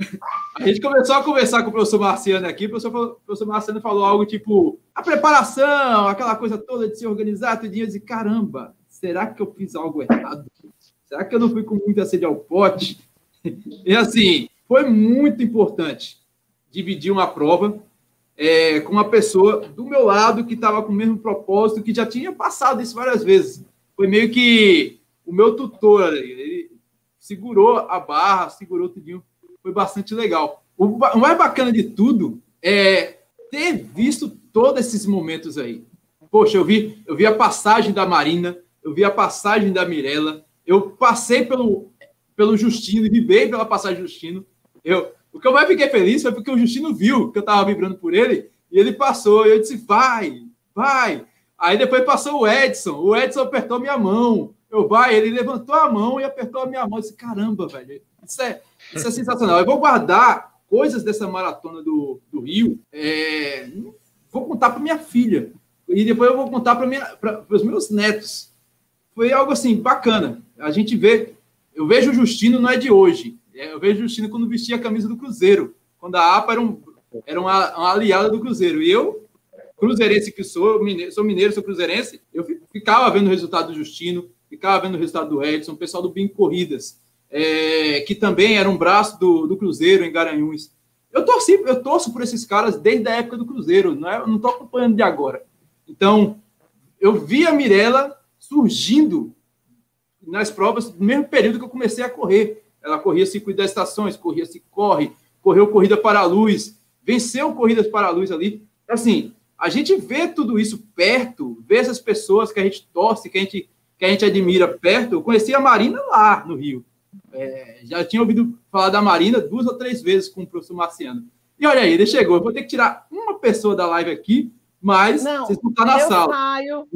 Speaker 1: a gente começou a conversar com o professor Marciano aqui, o professor, o professor Marciano falou algo tipo, a preparação, aquela coisa toda de se organizar, tudo, e eu disse, caramba, será que eu fiz algo errado? Será que eu não fui com muita sede ao pote? E assim, foi muito importante dividir uma prova é, com uma pessoa do meu lado que estava com o mesmo propósito, que já tinha passado isso várias vezes. Foi meio que o meu tutor, ele segurou a barra, segurou tudinho. Foi bastante legal. O mais bacana de tudo é ter visto todos esses momentos aí. Poxa, eu vi, eu vi a passagem da Marina, eu vi a passagem da Mirella, eu passei pelo, pelo Justino, vibrei pela passagem do Justino. Eu, o que eu mais fiquei feliz foi porque o Justino viu que eu estava vibrando por ele e ele passou. E eu disse, vai, vai. Aí depois passou o Edson. O Edson apertou minha mão. Eu, vai, ele levantou a mão e apertou a minha mão. Eu disse, caramba, velho, isso é, isso é sensacional. Eu vou guardar coisas dessa maratona do, do Rio. É, vou contar para minha filha. E depois eu vou contar para os meus netos. Foi algo assim, bacana. A gente vê, eu vejo o Justino, não é de hoje. Eu vejo o Justino quando vestia a camisa do Cruzeiro. Quando a APA era, um, era uma, uma aliada do Cruzeiro. E eu, cruzeirense que sou, mineiro, sou mineiro, sou cruzeirense, eu ficava vendo o resultado do Justino, ficava vendo o resultado do Edson, o pessoal do Bim Corridas, é, que também era um braço do, do Cruzeiro em Garanhuns. Eu, torci, eu torço por esses caras desde a época do Cruzeiro, não é, não estou acompanhando de agora. Então, eu vi a Mirella surgindo nas provas no mesmo período que eu comecei a correr. Ela corria circuito das estações, corria se corre, correu corrida para a luz, venceu corridas para a luz ali. Assim, a gente vê tudo isso perto, vê essas pessoas que a gente torce, que a gente, que a gente admira perto. Eu conheci a Marina lá no Rio. É, já tinha ouvido falar da Marina duas ou três vezes com o professor Marciano. E olha aí, ele chegou. Eu vou ter que tirar uma pessoa da live aqui, mas
Speaker 2: não,
Speaker 1: vocês vão estar na
Speaker 2: eu
Speaker 1: sala.
Speaker 2: Eu saio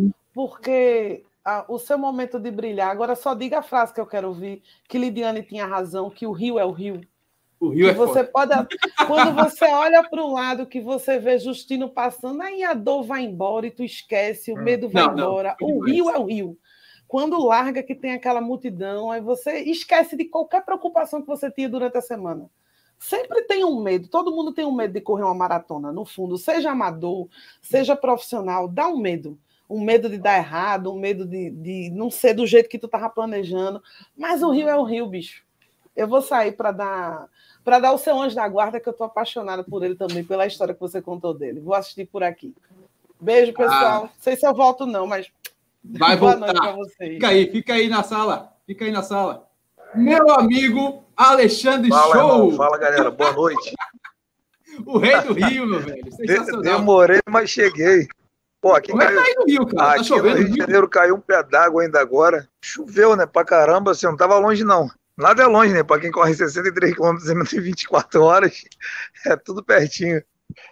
Speaker 2: porque ah, o seu momento de brilhar. Agora só diga a frase que eu quero ouvir, que Lidiane tinha razão, que o Rio é o Rio.
Speaker 1: O Rio
Speaker 2: que
Speaker 1: é
Speaker 2: você
Speaker 1: foda.
Speaker 2: pode, quando você olha para o lado, que você vê Justino passando, aí a dor vai embora e tu esquece, o medo vai
Speaker 1: não,
Speaker 2: embora.
Speaker 1: Não,
Speaker 2: o Rio é o Rio. Quando larga, que tem aquela multidão, aí você esquece de qualquer preocupação que você tinha durante a semana. Sempre tem um medo, todo mundo tem um medo de correr uma maratona, no fundo, seja amador, seja profissional, dá um medo. Um medo de dar errado, um medo de, de não ser do jeito que tu estava planejando. Mas o Rio é o Rio, bicho. Eu vou sair para dar, para dar o seu anjo da guarda, que eu estou apaixonada por ele também, pela história que você contou dele. Vou assistir por aqui. Beijo, pessoal. Não ah, sei se eu volto, não, mas
Speaker 1: vai
Speaker 2: boa
Speaker 1: voltar.
Speaker 2: noite para vocês.
Speaker 1: Fica aí, fica aí na sala. Fica aí na sala. Meu amigo Alexandre
Speaker 7: Fala,
Speaker 1: Show.
Speaker 7: Irmão. Fala, galera. Boa noite.
Speaker 1: O rei do Rio, meu velho. Sensacional.
Speaker 7: Demorei, mas cheguei. Pô, aqui
Speaker 1: Como
Speaker 7: caiu...
Speaker 1: é que tá aí no Rio, cara?
Speaker 7: Aqui
Speaker 1: tá chovendo
Speaker 7: no Rio de Janeiro caiu um pé d'água ainda agora. Choveu, né? Pra caramba, assim, não tava longe, não. Nada é longe, né? Pra quem corre sessenta e três quilômetros em vinte e quatro horas, é tudo pertinho.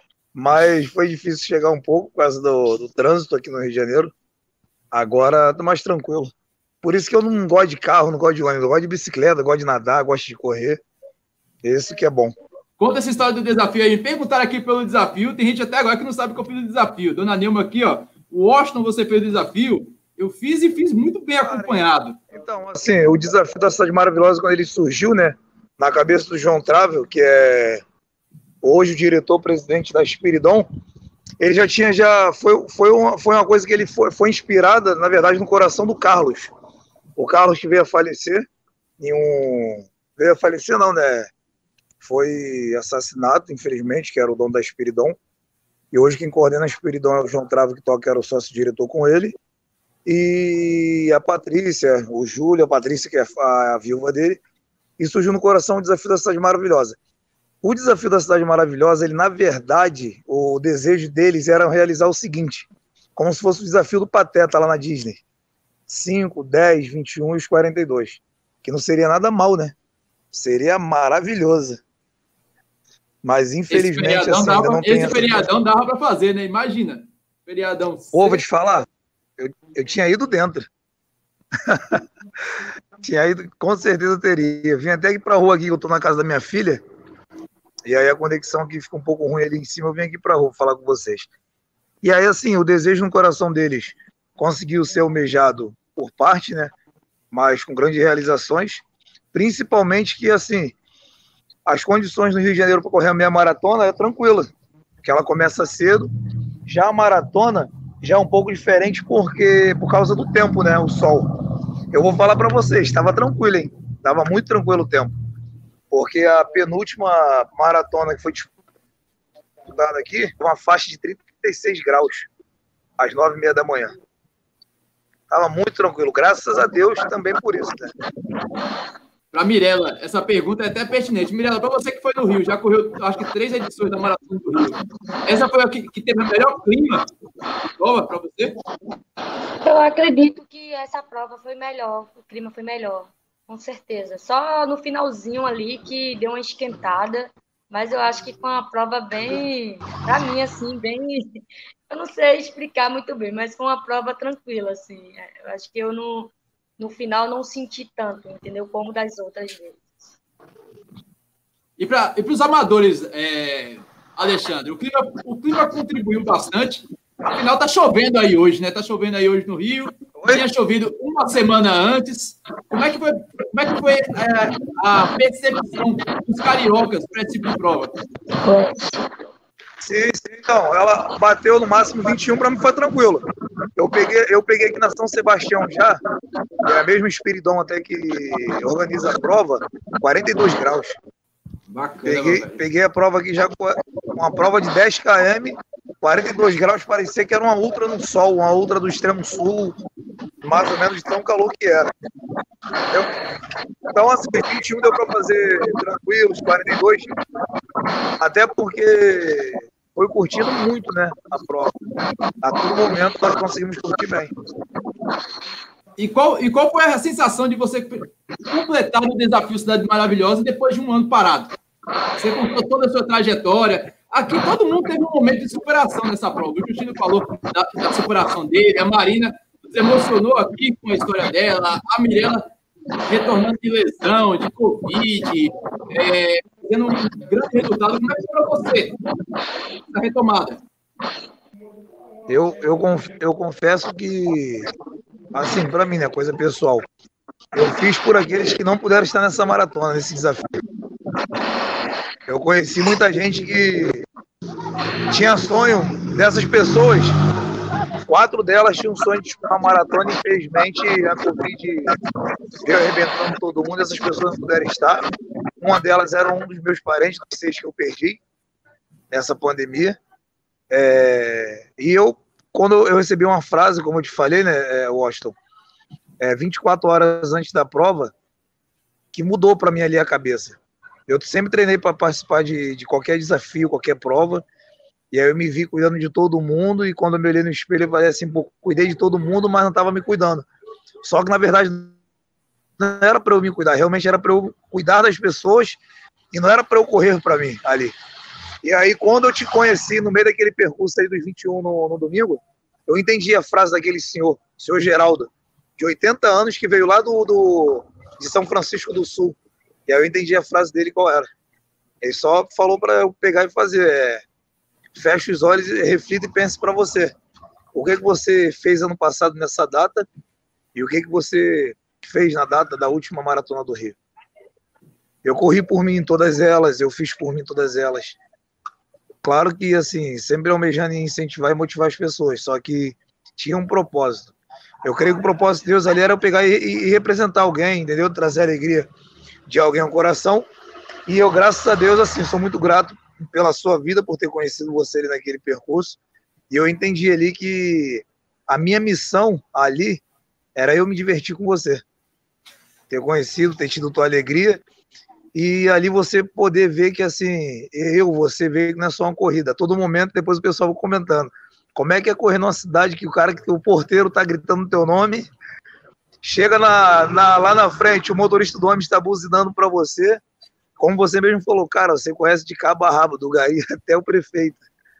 Speaker 7: Mas foi difícil chegar um pouco por causa do, do trânsito aqui no Rio de Janeiro. Agora tô mais tranquilo. Por isso que eu não gosto de carro, não gosto de ônibus. Eu gosto de bicicleta, gosto de nadar, gosto de correr. Isso que é bom.
Speaker 1: Conta essa história do desafio aí. Me perguntaram aqui pelo desafio. Tem gente até agora que não sabe que eu fiz o desafio. Dona Nilma aqui, ó. O Washington, você fez o desafio. Eu fiz e fiz muito bem acompanhado.
Speaker 7: Então, assim, o desafio da Cidade Maravilhosa, quando ele surgiu, né? Na cabeça do João Travel, que é hoje o diretor-presidente da Espiridon, ele já tinha, já foi, foi, uma, foi uma coisa que ele foi, foi inspirada, na verdade, no coração do Carlos. O Carlos que veio a falecer em um... Veio a falecer, não, né? Foi assassinado, infelizmente, que era o dono da Espiridon. E hoje quem coordena a Espiridon é o João Travo, que toca, era o sócio-diretor com ele. E a Patrícia, o Júlio, a Patrícia, que é a, a viúva dele. E surgiu no coração o desafio da Cidade Maravilhosa. O desafio da Cidade Maravilhosa, ele, na verdade, o desejo deles era realizar o seguinte, como se fosse o desafio do Pateta lá na Disney. cinco, dez, vinte e um e os quarenta e dois. Que não seria nada mal, né? Seria maravilhoso. Mas, infelizmente,
Speaker 1: esse
Speaker 7: assim,
Speaker 1: dava,
Speaker 7: ainda não tem
Speaker 1: esse
Speaker 7: essa
Speaker 1: feriadão dava para fazer, né? Imagina. Feriadão.
Speaker 7: Pô, vou te falar, eu, eu tinha ido dentro. Tinha ido, com certeza eu teria. Vim até aqui pra rua aqui, eu tô na casa da minha filha, e aí a conexão aqui fica um pouco ruim ali em cima, eu vim aqui pra rua falar com vocês. E aí, assim, o desejo no coração deles conseguiu ser almejado por parte, né? Mas com grandes realizações, principalmente que, assim, as condições no Rio de Janeiro para correr a meia maratona é tranquila, porque ela começa cedo. Já a maratona já é um pouco diferente porque por causa do tempo, né? O sol. Eu vou falar para vocês, estava tranquilo, hein? Estava muito tranquilo o tempo, porque a penúltima maratona que foi disputada aqui, uma faixa de trinta e seis graus, às nove e meia da manhã. Estava muito tranquilo, graças a Deus também por isso, né?
Speaker 1: Para Mirella, essa pergunta é até pertinente. Mirella, para você que foi no Rio, já correu, acho que três edições da Maratona do Rio. Essa foi a que, que teve o melhor clima de prova para você?
Speaker 6: Eu acredito que essa prova foi melhor, o clima foi melhor, com certeza. Só no finalzinho ali que deu uma esquentada, mas eu acho que foi uma prova bem, para mim, assim, bem... Eu não sei explicar muito bem, mas foi uma prova tranquila, assim. Eu acho que eu não... No final, não senti tanto, entendeu? Como das outras vezes.
Speaker 1: E para e os amadores, é, Alexandre, o clima, o clima contribuiu bastante. Afinal, está chovendo aí hoje, né? Está chovendo aí hoje no Rio. Tinha chovido uma semana antes. Como é que foi, como é que foi é, a percepção dos cariocas para esse tipo de prova?
Speaker 7: Sim, sim, então, ela bateu no máximo vinte e um, para mim foi tranquilo. Eu peguei, eu peguei aqui na São Sebastião já, é a mesma Espiridon até que organiza a prova, quarenta e dois graus.
Speaker 1: Bacana,
Speaker 7: peguei, peguei a prova aqui já com uma prova de dez quilômetros, quarenta e dois graus, parecia que era uma ultra no sol, uma ultra do extremo sul, mais ou menos de tão calor que era. Entendeu? Então, assim, vinte e um deu para fazer tranquilo, os quarenta e dois, até porque foi curtindo muito, né, a prova. A todo momento nós conseguimos curtir bem.
Speaker 1: E qual, e qual foi a sensação de você completar o desafio Cidade Maravilhosa depois de um ano parado? Você contou toda a sua trajetória. Aqui todo mundo teve um momento de superação nessa prova. O Justino falou da, da superação dele, a Marina se emocionou aqui com a história dela, a Mirella retornando de lesão, de Covid, é, tendo um grande resultado. Como é que foi para você essa retomada?
Speaker 7: Eu, eu, eu confesso que, assim, para mim, né, coisa pessoal, eu fiz por aqueles que não puderam estar nessa maratona, nesse desafio. Eu conheci muita gente que tinha sonho dessas pessoas. Quatro delas tinham sonho de disputar uma maratona, infelizmente a Covid veio arrebentando todo mundo, essas pessoas não puderam estar. Uma delas era um dos meus parentes, dos seis que eu perdi nessa pandemia. É... E eu, quando eu recebi uma frase, como eu te falei, né, Washington, é, vinte e quatro horas antes da prova, que mudou para mim ali a cabeça. Eu sempre treinei para participar de, de qualquer desafio, qualquer prova. E aí eu me vi cuidando de todo mundo, e quando eu me olhei no espelho, eu falei assim, pô, cuidei de todo mundo, mas não estava me cuidando. Só que, na verdade, não era para eu me cuidar, realmente era para eu cuidar das pessoas, e não era para eu correr para mim ali. E aí, quando eu te conheci, no meio daquele percurso aí dos vinte e um no, no domingo, eu entendi a frase daquele senhor, senhor Geraldo, de oitenta anos, que veio lá do, do, de São Francisco do Sul. E aí eu entendi a frase dele qual era. Ele só falou para eu pegar e fazer... É, feche os olhos, reflita e pense para você. O que, que você fez ano passado nessa data e o que, que você fez na data da última Maratona do Rio. Eu corri por mim em todas elas, eu fiz por mim em todas elas. Claro que, assim, sempre almejando em incentivar e motivar as pessoas, só que tinha um propósito. Eu creio que o propósito de Deus ali era eu pegar e, e representar alguém, entendeu? Trazer a alegria de alguém ao coração. E eu, graças a Deus, assim, sou muito grato pela sua vida, por ter conhecido você ali naquele percurso, e eu entendi ali que a minha missão ali era eu me divertir com você, ter conhecido, ter tido tua alegria, e ali você poder ver que, assim, eu, você vê que não é só uma corrida. A todo momento, depois o pessoal vai comentando. Como é que é correr numa cidade que o cara, que o porteiro tá gritando o teu nome, chega na, na, lá na frente, o motorista do ônibus está buzinando para você, como você mesmo falou, cara, você conhece de cabo a rabo, do Gari até o prefeito.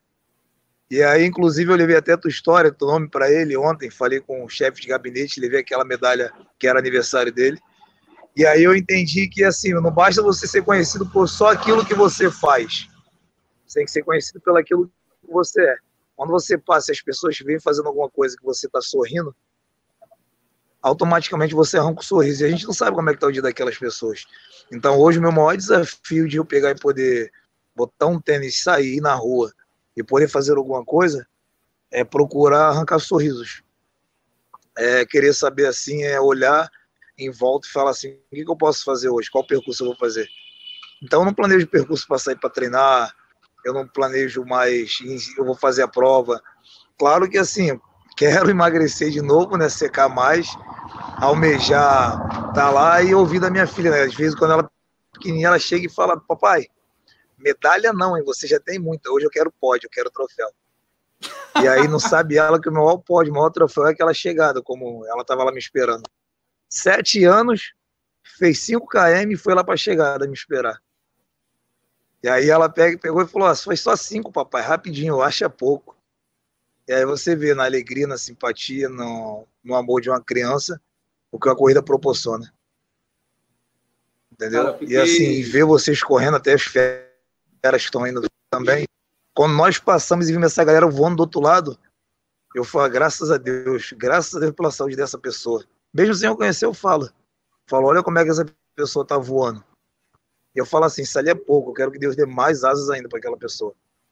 Speaker 7: E aí, inclusive, eu levei até a tua história, teu nome para ele ontem, falei com o chefe de gabinete, levei aquela medalha que era aniversário dele. E aí eu entendi que, assim, não basta você ser conhecido por só aquilo que você faz. Você tem que ser conhecido pelo aquilo que você é. Quando você passa e as pessoas vêm fazendo alguma coisa que você está sorrindo, automaticamente você arranca o sorriso. E a gente não sabe como é que está o dia daquelas pessoas. Então, hoje, o meu maior desafio de eu pegar e poder botar um tênis, sair, ir na rua e poder fazer alguma coisa, é procurar arrancar sorrisos. É querer saber, assim, é olhar em volta e falar assim, o que, que eu posso fazer hoje? Qual percurso eu vou fazer? Então, eu não planejo percurso para sair para treinar, eu não planejo mais, eu vou fazer a prova. Claro que, assim, quero emagrecer de novo, né, secar mais, almejar, tá lá e ouvir da minha filha, né? Às vezes, quando ela pequenininha, ela chega e fala, papai, medalha não, hein? Você já tem muita, hoje eu quero pódio, eu quero troféu. E aí não sabe ela que o maior pódio, o maior troféu é aquela chegada, como ela estava lá me esperando. Sete anos, fez cinco quilômetros e foi lá para a chegada me esperar. E aí ela pega, pegou e falou, ah, foi só cinco, papai, rapidinho, eu acho é pouco. E aí você vê na alegria, na simpatia, no, no amor de uma criança, o que a corrida proporciona. Entendeu? Cara, fiquei... E assim, ver vocês correndo, até as feras estão indo também. Quando nós passamos e vimos essa galera voando do outro lado, eu falo, graças a Deus, graças a Deus pela saúde dessa pessoa. Mesmo sem eu conhecer, eu falo. Falo, olha como é que essa pessoa tá voando. E eu falo assim, isso ali é pouco, eu quero que Deus dê mais asas ainda para aquela pessoa.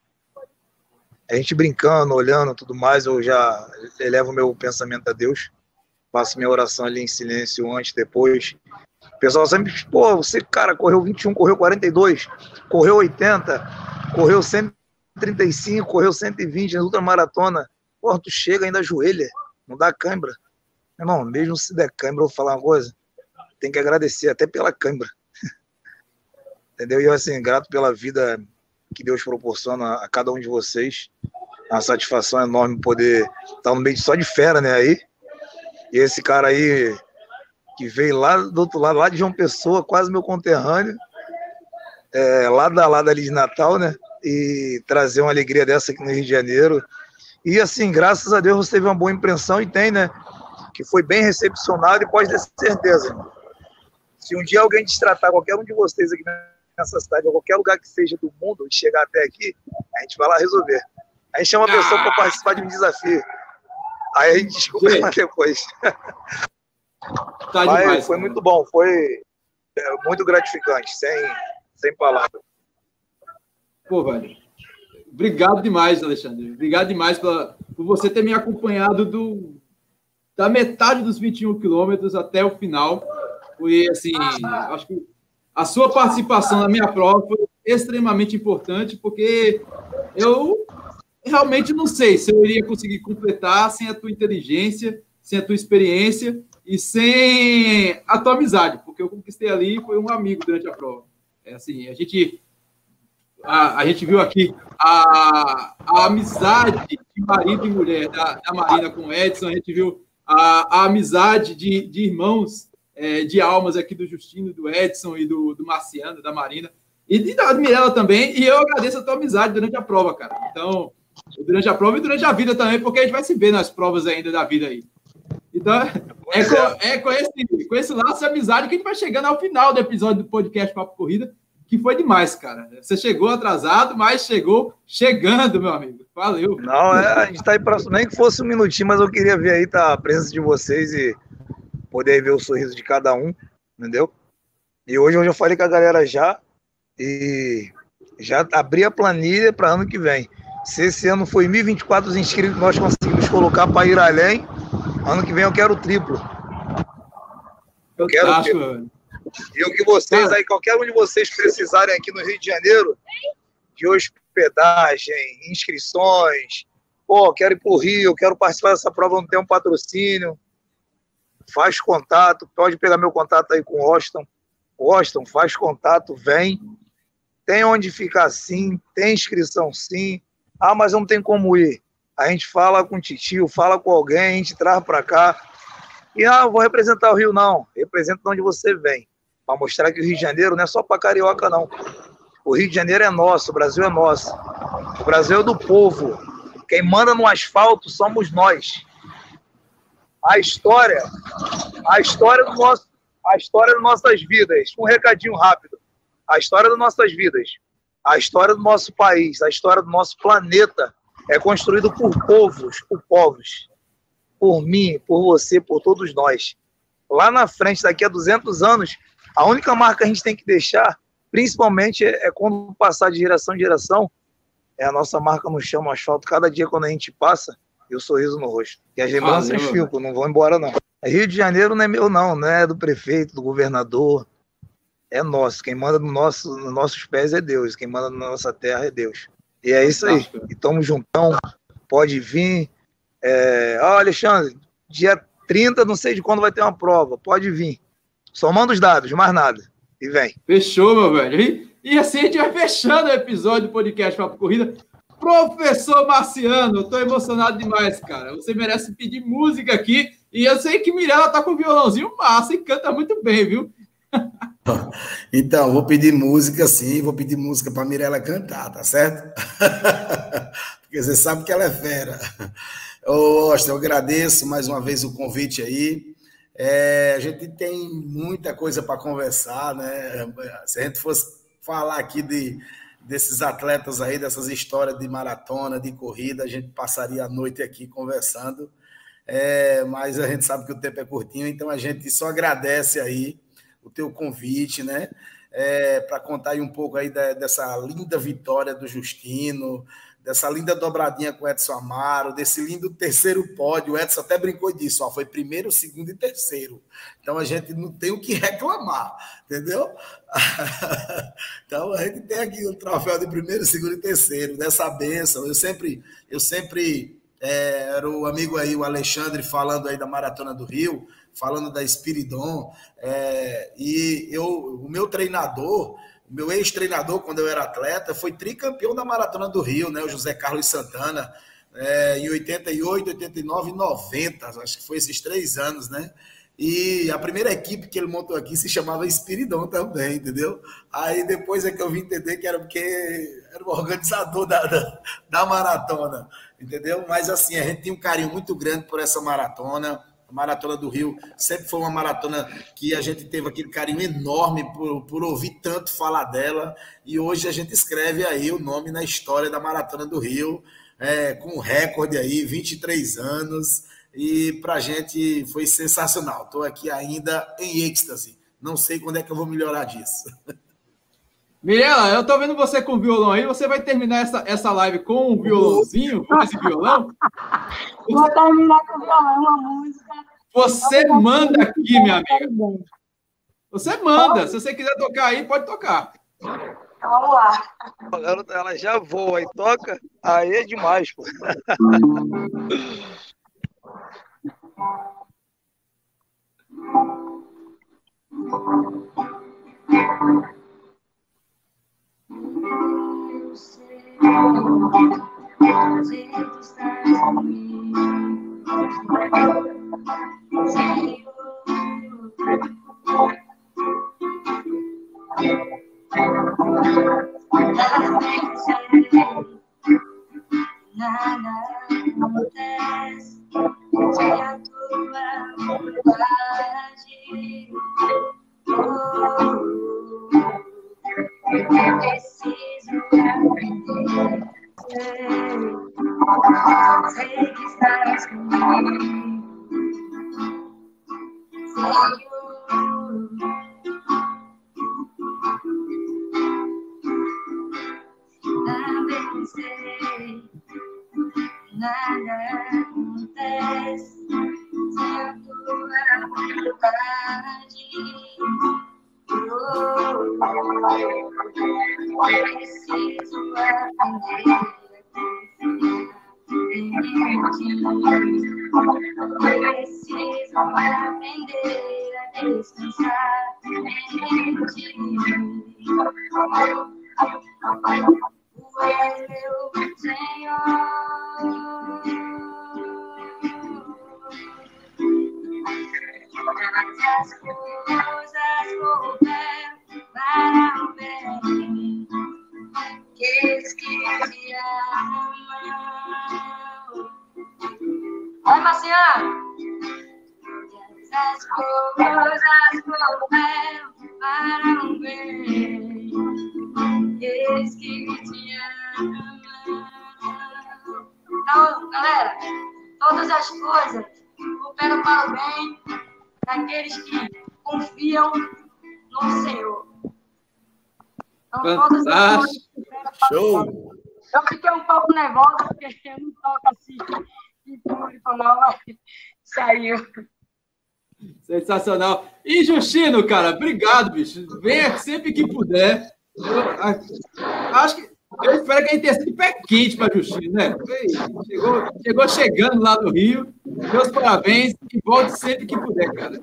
Speaker 7: A gente brincando, olhando, tudo mais, eu já elevo meu pensamento a Deus, faço minha oração ali em silêncio antes, depois. O pessoal sempre diz, pô, você, cara, correu vinte e um, correu quarenta e dois, correu oitenta, correu cento e trinta e cinco, correu cento e vinte na ultramaratona. Pô, tu chega ainda ajoelha, não dá cãibra. Irmão, mesmo se der cãibra, eu vou falar uma coisa, tem que agradecer até pela cãibra. Entendeu? E eu, assim, grato pela vida que Deus proporciona a cada um de vocês. É uma satisfação enorme poder estar no meio só de fera, né, aí. E esse cara aí, que veio lá do outro lado, lá de João Pessoa, quase meu conterrâneo, é, lá da lado ali de Natal, né, e trazer uma alegria dessa aqui no Rio de Janeiro. E, assim, graças a Deus você teve uma boa impressão, e tem, né, que foi bem recepcionado, e pode ter certeza. Se um dia alguém destratar qualquer um de vocês aqui nessa cidade, ou qualquer lugar que seja do mundo, e chegar até aqui, a gente vai lá resolver. A gente chama a pessoa para participar de um desafio. Aí a gente desculpa depois. Tá Mas demais, foi cara. Muito bom, foi muito gratificante, sem, sem palavras.
Speaker 1: Pô, velho. Obrigado demais, Alexandre. Obrigado demais pela, por você ter me acompanhado do, da metade dos vinte e um quilômetros até o final. Foi assim, acho que a sua participação na minha prova foi extremamente importante, porque eu realmente não sei se eu iria conseguir completar sem a tua inteligência, sem a tua experiência e sem a tua amizade, porque eu conquistei ali foi um amigo durante a prova. É assim, a gente, a, a gente viu aqui a, a amizade de marido e mulher da, da Marina com o Edson, a gente viu a, a amizade de, de irmãos, é, de almas aqui do Justino, do Edson e do, do Marciano, da Marina, e, e da Mirella também, e eu agradeço a tua amizade durante a prova, cara. Então, durante a prova e durante a vida também, porque a gente vai se ver nas provas ainda da vida aí. Então, é com, é com, esse, com esse laço de amizade que a gente vai chegando ao final do episódio do podcast Papo Corrida, que foi demais, cara. Você chegou atrasado, mas chegou chegando, meu amigo. Valeu.
Speaker 7: Não, é, a gente tá aí para nem que fosse um minutinho, mas eu queria ver aí tá, a presença de vocês e poder ver o sorriso de cada um, entendeu? E hoje eu já falei com a galera já e já abri a planilha para ano que vem. Se esse ano foi mil e vinte e quatro os inscritos que nós conseguimos colocar para ir além, ano que vem eu quero o triplo. Eu quero o triplo. E o que vocês aí, qualquer um de vocês precisarem aqui no Rio de Janeiro, de hospedagem, inscrições, pô, quero ir para o Rio, quero participar dessa prova, não tem um patrocínio, faz contato, pode pegar meu contato aí com o Austin, Gostam, faz contato, vem. Tem onde ficar sim, tem inscrição sim. Ah, mas não tem como ir. A gente fala com o titio, fala com alguém, a gente traz para cá. E ah, vou representar o Rio, não. Representa de onde você vem. Para mostrar que o Rio de Janeiro não é só para carioca, não. O Rio de Janeiro é nosso, o Brasil é nosso. O Brasil é do povo. Quem manda no asfalto somos nós. A história, a história do nosso, a história das nossas vidas. Um recadinho rápido. A história das nossas vidas, a história do nosso país, a história do nosso planeta é construído por povos, por povos. Por mim, por você, por todos nós. Lá na frente, daqui a duzentos anos, a única marca que a gente tem que deixar, principalmente, é quando passar de geração em geração, é a nossa marca no chão, no asfalto. Cada dia, quando a gente passa, e o sorriso no rosto. E as lembranças ah, ficam, não vão embora, não. Rio de Janeiro não é meu, não. Não é do prefeito, do governador. É nosso. Quem manda no nosso, nos nossos pés é Deus. Quem manda na nossa terra é Deus. E é isso aí. E tamo juntão. Pode vir. É... Ah, Alexandre, dia trinta, não sei de quando vai ter uma prova. Pode vir. Só manda os dados, mais nada. E vem.
Speaker 1: Fechou, meu velho. E, e assim a gente vai fechando o episódio do podcast Papo Corrida. Professor Marciano, eu tô emocionado demais, cara. Você merece pedir música aqui. E eu sei que Mirella tá com um violãozinho massa e canta muito bem, viu?
Speaker 3: Então, vou pedir música, sim. Vou pedir música para Mirella cantar, tá certo? Porque você sabe que ela é fera. Ô, Austin, eu agradeço mais uma vez o convite aí. É, a gente tem muita coisa para conversar, né? Se a gente fosse falar aqui de, desses atletas aí, dessas histórias de maratona, de corrida, a gente passaria a noite aqui conversando. É, mas a gente sabe que o tempo é curtinho, então a gente só agradece aí o teu convite, né? É, para contar aí um pouco aí da, dessa linda vitória do Justino, dessa linda dobradinha com o Edson Amaro, desse lindo terceiro pódio. O Edson até brincou disso, ó, foi primeiro, segundo e terceiro. Então a gente não tem o que reclamar, entendeu? Então a gente tem aqui o troféu de primeiro, segundo e terceiro, dessa bênção. Eu sempre, eu sempre é, era o amigo aí, o Alexandre, falando aí da Maratona do Rio, falando da Spiridon, é, e eu, o meu treinador, o meu ex-treinador, quando eu era atleta, foi tricampeão da Maratona do Rio, né, o José Carlos Santana, é, em oitenta e oito, oitenta e nove e noventa, acho que foi esses três anos, né? E a primeira equipe que ele montou aqui se chamava Spiridon também, entendeu? Aí depois é que eu vim entender que era porque era o organizador da, da, da maratona, entendeu? Mas assim, a gente tem um carinho muito grande por essa maratona. A Maratona do Rio sempre foi uma maratona que a gente teve aquele carinho enorme por, por ouvir tanto falar dela, e hoje a gente escreve aí o nome na história da Maratona do Rio, é, com um recorde aí, vinte e três anos, e para a gente foi sensacional. Estou aqui ainda em êxtase, não sei quando é que eu vou melhorar disso.
Speaker 1: Mirella, eu tô vendo você com o violão aí, você vai terminar essa, essa live com um violãozinho, com esse violão?
Speaker 6: Vou terminar com o violão, uma música.
Speaker 1: Você manda aqui, minha amiga. Você manda, se você quiser tocar aí, pode tocar.
Speaker 6: Vamos lá.
Speaker 7: Ela, ela já voa e toca, aí é demais, pô.
Speaker 6: Eu sei que estás comigo, Senhor. Também sei nada acontece sem a tua vontade. Oh, eu preciso aprender. Sei, sei que estás comigo, Senhor. Também sei nada acontece sem a tua vontade. Oh, eu preciso aprender a ti. Eu preciso aprender a descansar meu Senhor. As coisas cooperam para o bem, aqueles que te amam. Vai, Marciano! As coisas cooperam para o bem, aqueles que te amam. Então, galera, todas as coisas cooperam para o bem daqueles que confiam no Senhor. Então, todas as coisas cooperam para o bem. Eu fiquei um pouco nervosa, porque eu não toco assim em público, não, mas saiu.
Speaker 1: Sensacional. E Justino, cara, obrigado, bicho. Venha sempre que puder. Eu, acho que eu espero que a gente tenha sido pé quente para Justino, né? Chegou, chegou chegando lá no Rio. Meus parabéns e volte sempre que puder, cara.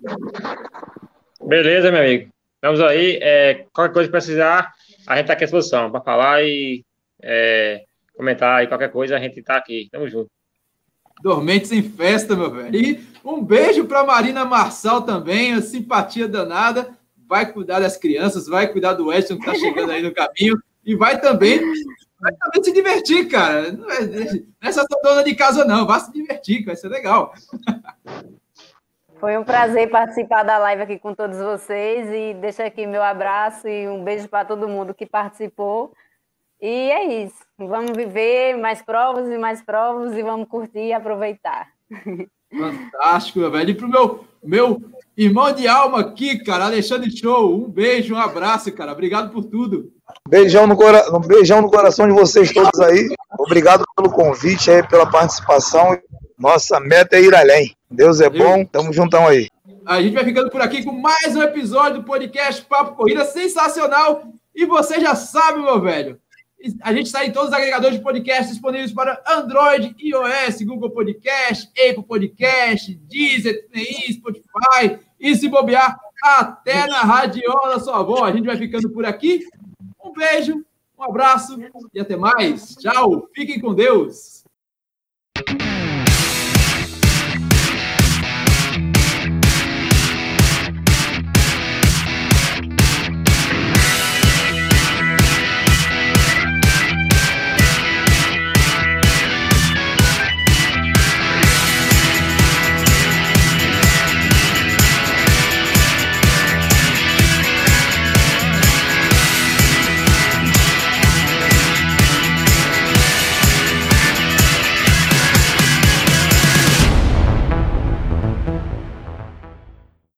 Speaker 5: Beleza, meu amigo. Vamos aí. É, qualquer coisa que precisar, a gente está aqui à disposição para falar e é, comentar e qualquer coisa, a gente está aqui. Tamo junto.
Speaker 1: Dormentes em festa, meu velho. E um beijo para Marina Marçal também, a simpatia danada. Vai cuidar das crianças, vai cuidar do Weston que está chegando aí no caminho e vai também, vai também se divertir, cara. Não é, não é só dona de casa, não. Vai se divertir, que vai ser legal.
Speaker 4: Foi um prazer participar da live aqui com todos vocês e deixo aqui meu abraço e um beijo para todo mundo que participou. E é isso. Vamos viver mais provas e mais provas e vamos curtir e aproveitar.
Speaker 1: Fantástico, meu velho. E pro meu, meu irmão de alma aqui, cara, Alexandre Show, um beijo, um abraço, cara. Obrigado por tudo.
Speaker 7: Beijão no, cora... um beijão no coração de vocês todos aí. Obrigado pelo convite aí, pela participação. Nossa meta é ir além. Deus é bom, tamo juntão aí.
Speaker 1: A gente vai ficando por aqui com mais um episódio do podcast Papo Corrida sensacional. E você já sabe, meu velho, a gente está em todos os agregadores de podcast disponíveis para Android, iOS, Google Podcast, Apple Podcast, Deezer, Spotify e, se bobear, até na radiola da sua avó. A gente vai ficando por aqui. Um beijo, um abraço e até mais. Tchau, fiquem com Deus.